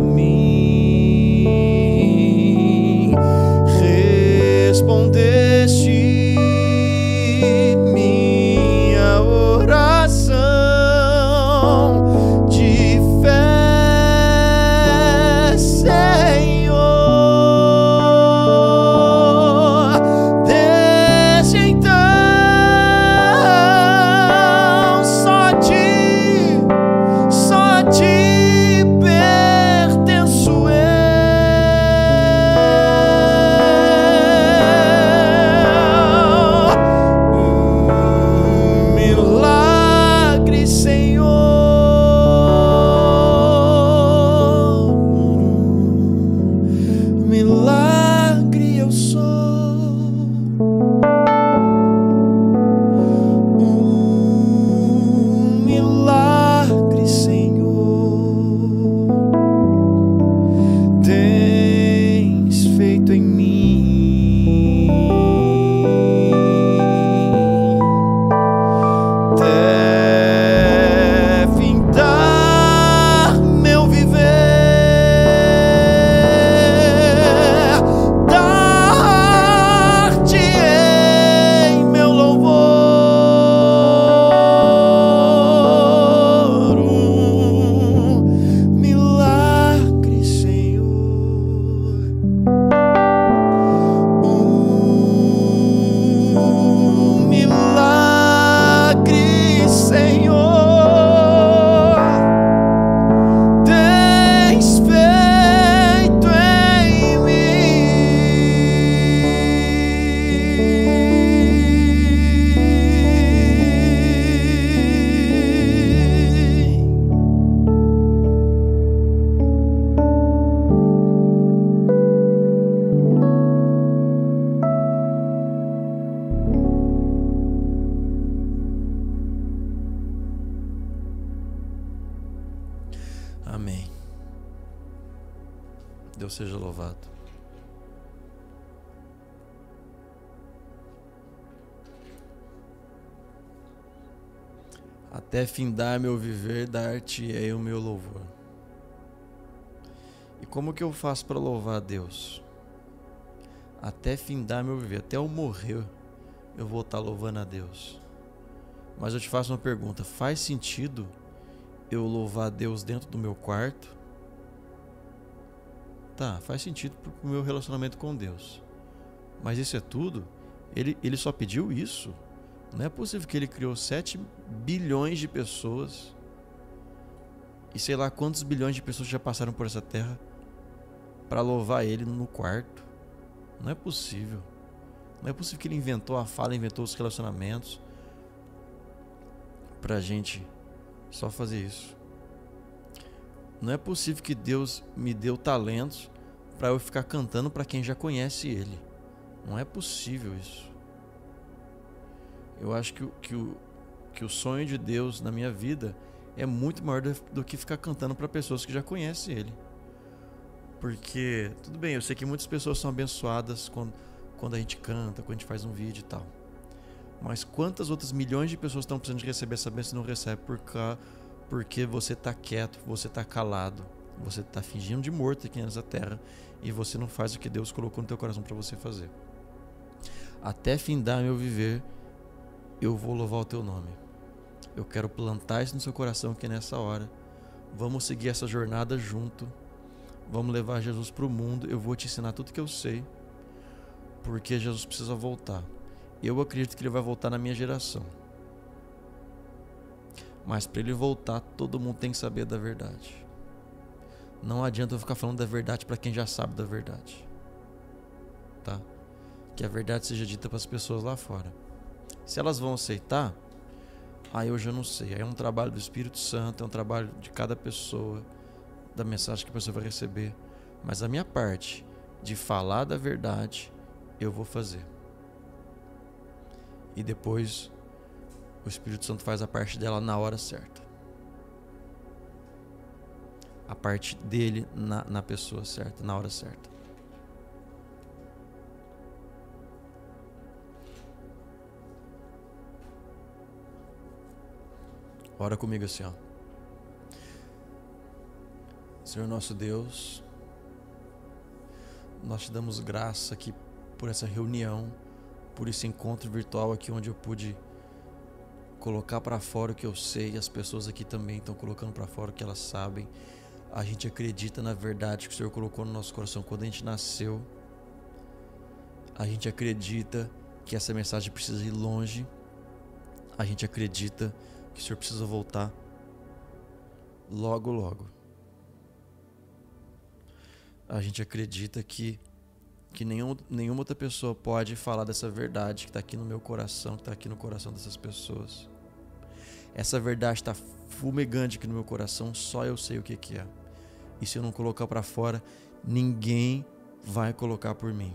mim. Respondeste minha oração de fé, Senhor. Desde então só te, só te pertenço eu. Um milagre, Senhor. Um milagre eu sou. Um milagre, Senhor, tens feito em mim. Até findar meu viver, dar-te-ei meu louvor. Um milagre, Senhor. Um milagre, Senhor, tens feito em Amém. Deus seja louvado. Até findar meu viver, dar-te-ei o meu louvor. E como que eu faço para louvar a Deus? Até findar meu viver, até eu morrer, eu vou estar louvando a Deus. Mas eu te faço uma pergunta: faz sentido eu louvar a Deus dentro do meu quarto? Tá, faz sentido pro meu relacionamento com Deus. Mas isso é tudo? Ele, ele só pediu isso? Não é possível que ele criou sete bilhões de pessoas E sei lá quantos bilhões de pessoas já passaram por essa terra para louvar Ele no quarto. Não é possível. Não é possível que Ele inventou a fala, inventou os relacionamentos pra gente só fazer isso. Não é possível que Deus me deu talentos para eu ficar cantando para quem já conhece Ele. Não é possível isso. Eu acho que, que, o, que o sonho de Deus na minha vida é muito maior do, do que ficar cantando para pessoas que já conhecem Ele. Porque, tudo bem, eu sei que muitas pessoas são abençoadas quando, quando a gente canta, quando a gente faz um vídeo e tal. Mas quantas outras milhões de pessoas estão precisando de receber essa bênção e não recebem por cá, porque você está quieto, você está calado, você está fingindo de morto aqui nessa terra e você não faz o que Deus colocou no teu coração para você fazer. Até findar meu viver, eu vou louvar o teu nome. Eu quero plantar isso no seu coração aqui nessa hora. Vamos seguir essa jornada junto. Vamos levar Jesus para o mundo. Eu vou te ensinar tudo que eu sei, porque Jesus precisa voltar. Eu acredito que Ele vai voltar na minha geração. Mas para Ele voltar, todo mundo tem que saber da verdade. Não adianta eu ficar falando da verdade para quem já sabe da verdade. Tá? Que a verdade seja dita para as pessoas lá fora. Se elas vão aceitar, aí eu já não sei. Aí é um trabalho do Espírito Santo, é um trabalho de cada pessoa, da mensagem que a pessoa vai receber. Mas a minha parte de falar da verdade, eu vou fazer. E depois o Espírito Santo faz a parte dela na hora certa. A parte dele na, na pessoa certa, na hora certa. Ora comigo assim, ó. Senhor nosso Deus, nós te damos graça aqui por essa reunião, por esse encontro virtual aqui onde eu pude colocar para fora o que eu sei, as pessoas aqui também estão colocando para fora o que elas sabem. A gente acredita na verdade que o Senhor colocou no nosso coração quando a gente nasceu. A gente acredita que essa mensagem precisa ir longe. A gente acredita que o Senhor precisa voltar logo, logo. A gente acredita que, que nenhum, nenhuma outra pessoa pode falar dessa verdade que está aqui no meu coração, que está aqui no coração dessas pessoas. Essa verdade está fumegante aqui no meu coração, só eu sei o que, que é. E se eu não colocar para fora, ninguém vai colocar por mim.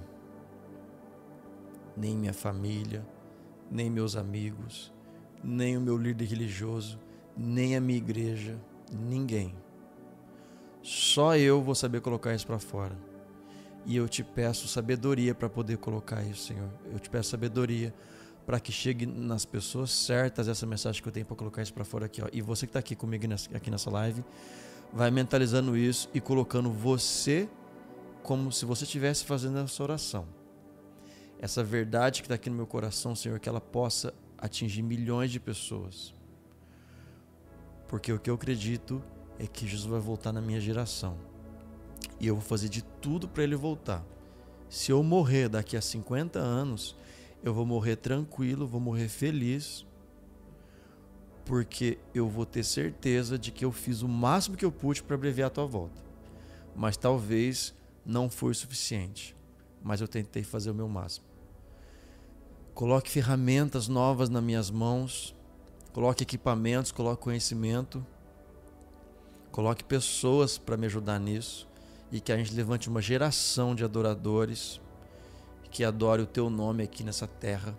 Nem minha família, nem meus amigos, nem o meu líder religioso, nem a minha igreja, ninguém. Só eu vou saber colocar isso para fora. E eu te peço sabedoria para poder colocar isso, Senhor. Eu te peço sabedoria para que chegue nas pessoas certas essa mensagem que eu tenho para colocar isso para fora aqui, ó. E você que está aqui comigo nessa, aqui nessa live, vai mentalizando isso e colocando você como se você estivesse fazendo essa oração. Essa verdade que está aqui no meu coração, Senhor, que ela possa atingir milhões de pessoas. Porque o que eu acredito é que Jesus vai voltar na minha geração. E eu vou fazer de tudo para Ele voltar. Se eu morrer daqui a cinquenta anos, eu vou morrer tranquilo, vou morrer feliz, porque eu vou ter certeza de que eu fiz o máximo que eu pude para abreviar a tua volta. Mas talvez não foi o suficiente. Mas eu tentei fazer o meu máximo. Coloque ferramentas novas nas minhas mãos. Coloque equipamentos, coloque conhecimento. Coloque pessoas para me ajudar nisso. E que a gente levante uma geração de adoradores que adore o teu nome aqui nessa terra,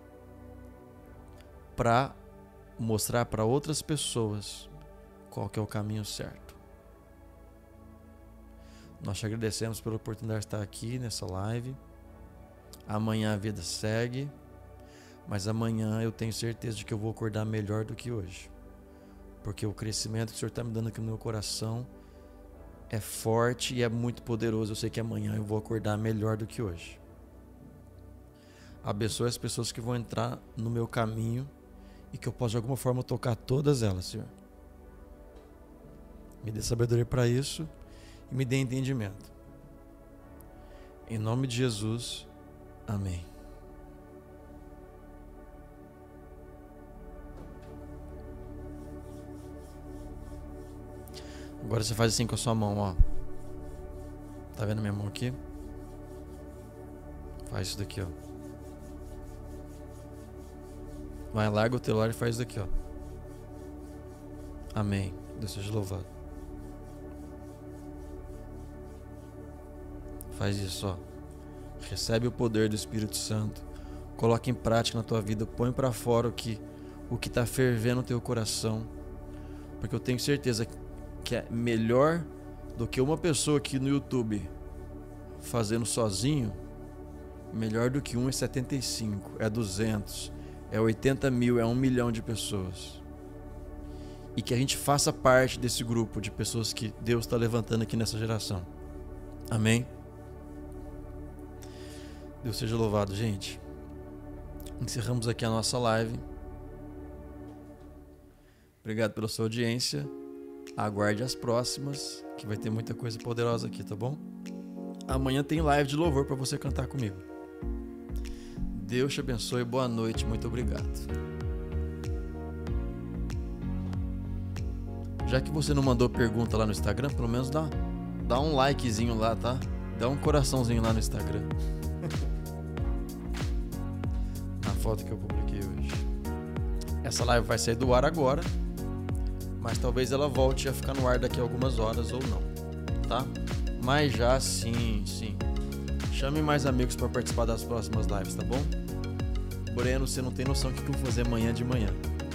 para mostrar para outras pessoas qual que é o caminho certo. Nós te agradecemos pela oportunidade de estar aqui nessa live. Amanhã a vida segue, mas amanhã eu tenho certeza de que eu vou acordar melhor do que hoje, porque o crescimento que o Senhor está me dando aqui no meu coração é forte e é muito poderoso. Eu sei que amanhã eu vou acordar melhor do que hoje. Abençoe as pessoas que vão entrar no meu caminho e que eu possa de alguma forma tocar todas elas, Senhor. Me dê sabedoria para isso e me dê entendimento. Em nome de Jesus, amém. Agora Agora você faz assim com a sua mão, ó. Tá vendo minha mão aqui? Faz isso daqui, ó. Vai, larga o celular e faz isso daqui, ó. Amém. Deus seja louvado. Faz isso, ó. Recebe o poder do Espírito Santo. Coloca em prática na tua vida. Põe pra fora o que o que tá fervendo no teu coração. Porque eu tenho certeza que é melhor do que uma pessoa aqui no YouTube fazendo sozinho. Melhor do que um é setenta e cinco, é duzentos, é oitenta mil, é um milhão de pessoas. E que a gente faça parte desse grupo de pessoas que Deus está levantando aqui nessa geração. Amém? Deus seja louvado, gente. Encerramos aqui a nossa live. Obrigado pela sua audiência. Aguarde as próximas, que vai ter muita coisa poderosa aqui, tá bom? Amanhã tem live de louvor para você cantar comigo. Deus te abençoe, boa noite, muito obrigado. Já que você não mandou pergunta lá no Instagram, pelo menos dá, dá um likezinho lá, tá? Dá um coraçãozinho lá no Instagram. Na foto que eu publiquei hoje. Essa live vai sair do ar agora, mas talvez ela volte a ficar no ar daqui a algumas horas ou não, tá? Mas já sim, sim. Chame mais amigos para participar das próximas lives, tá bom? Breno, você não tem noção do que eu vou fazer amanhã de manhã.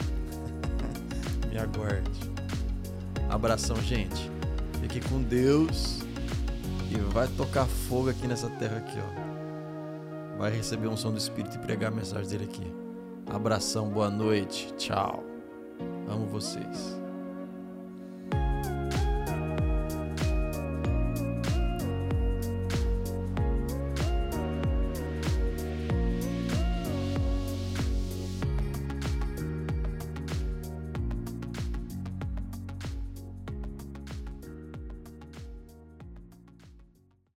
Me aguarde. Abração, gente. Fique com Deus e vai tocar fogo aqui nessa terra aqui, ó. Vai receber um som do Espírito e pregar a mensagem dele aqui. Abração, boa noite, tchau. Amo vocês.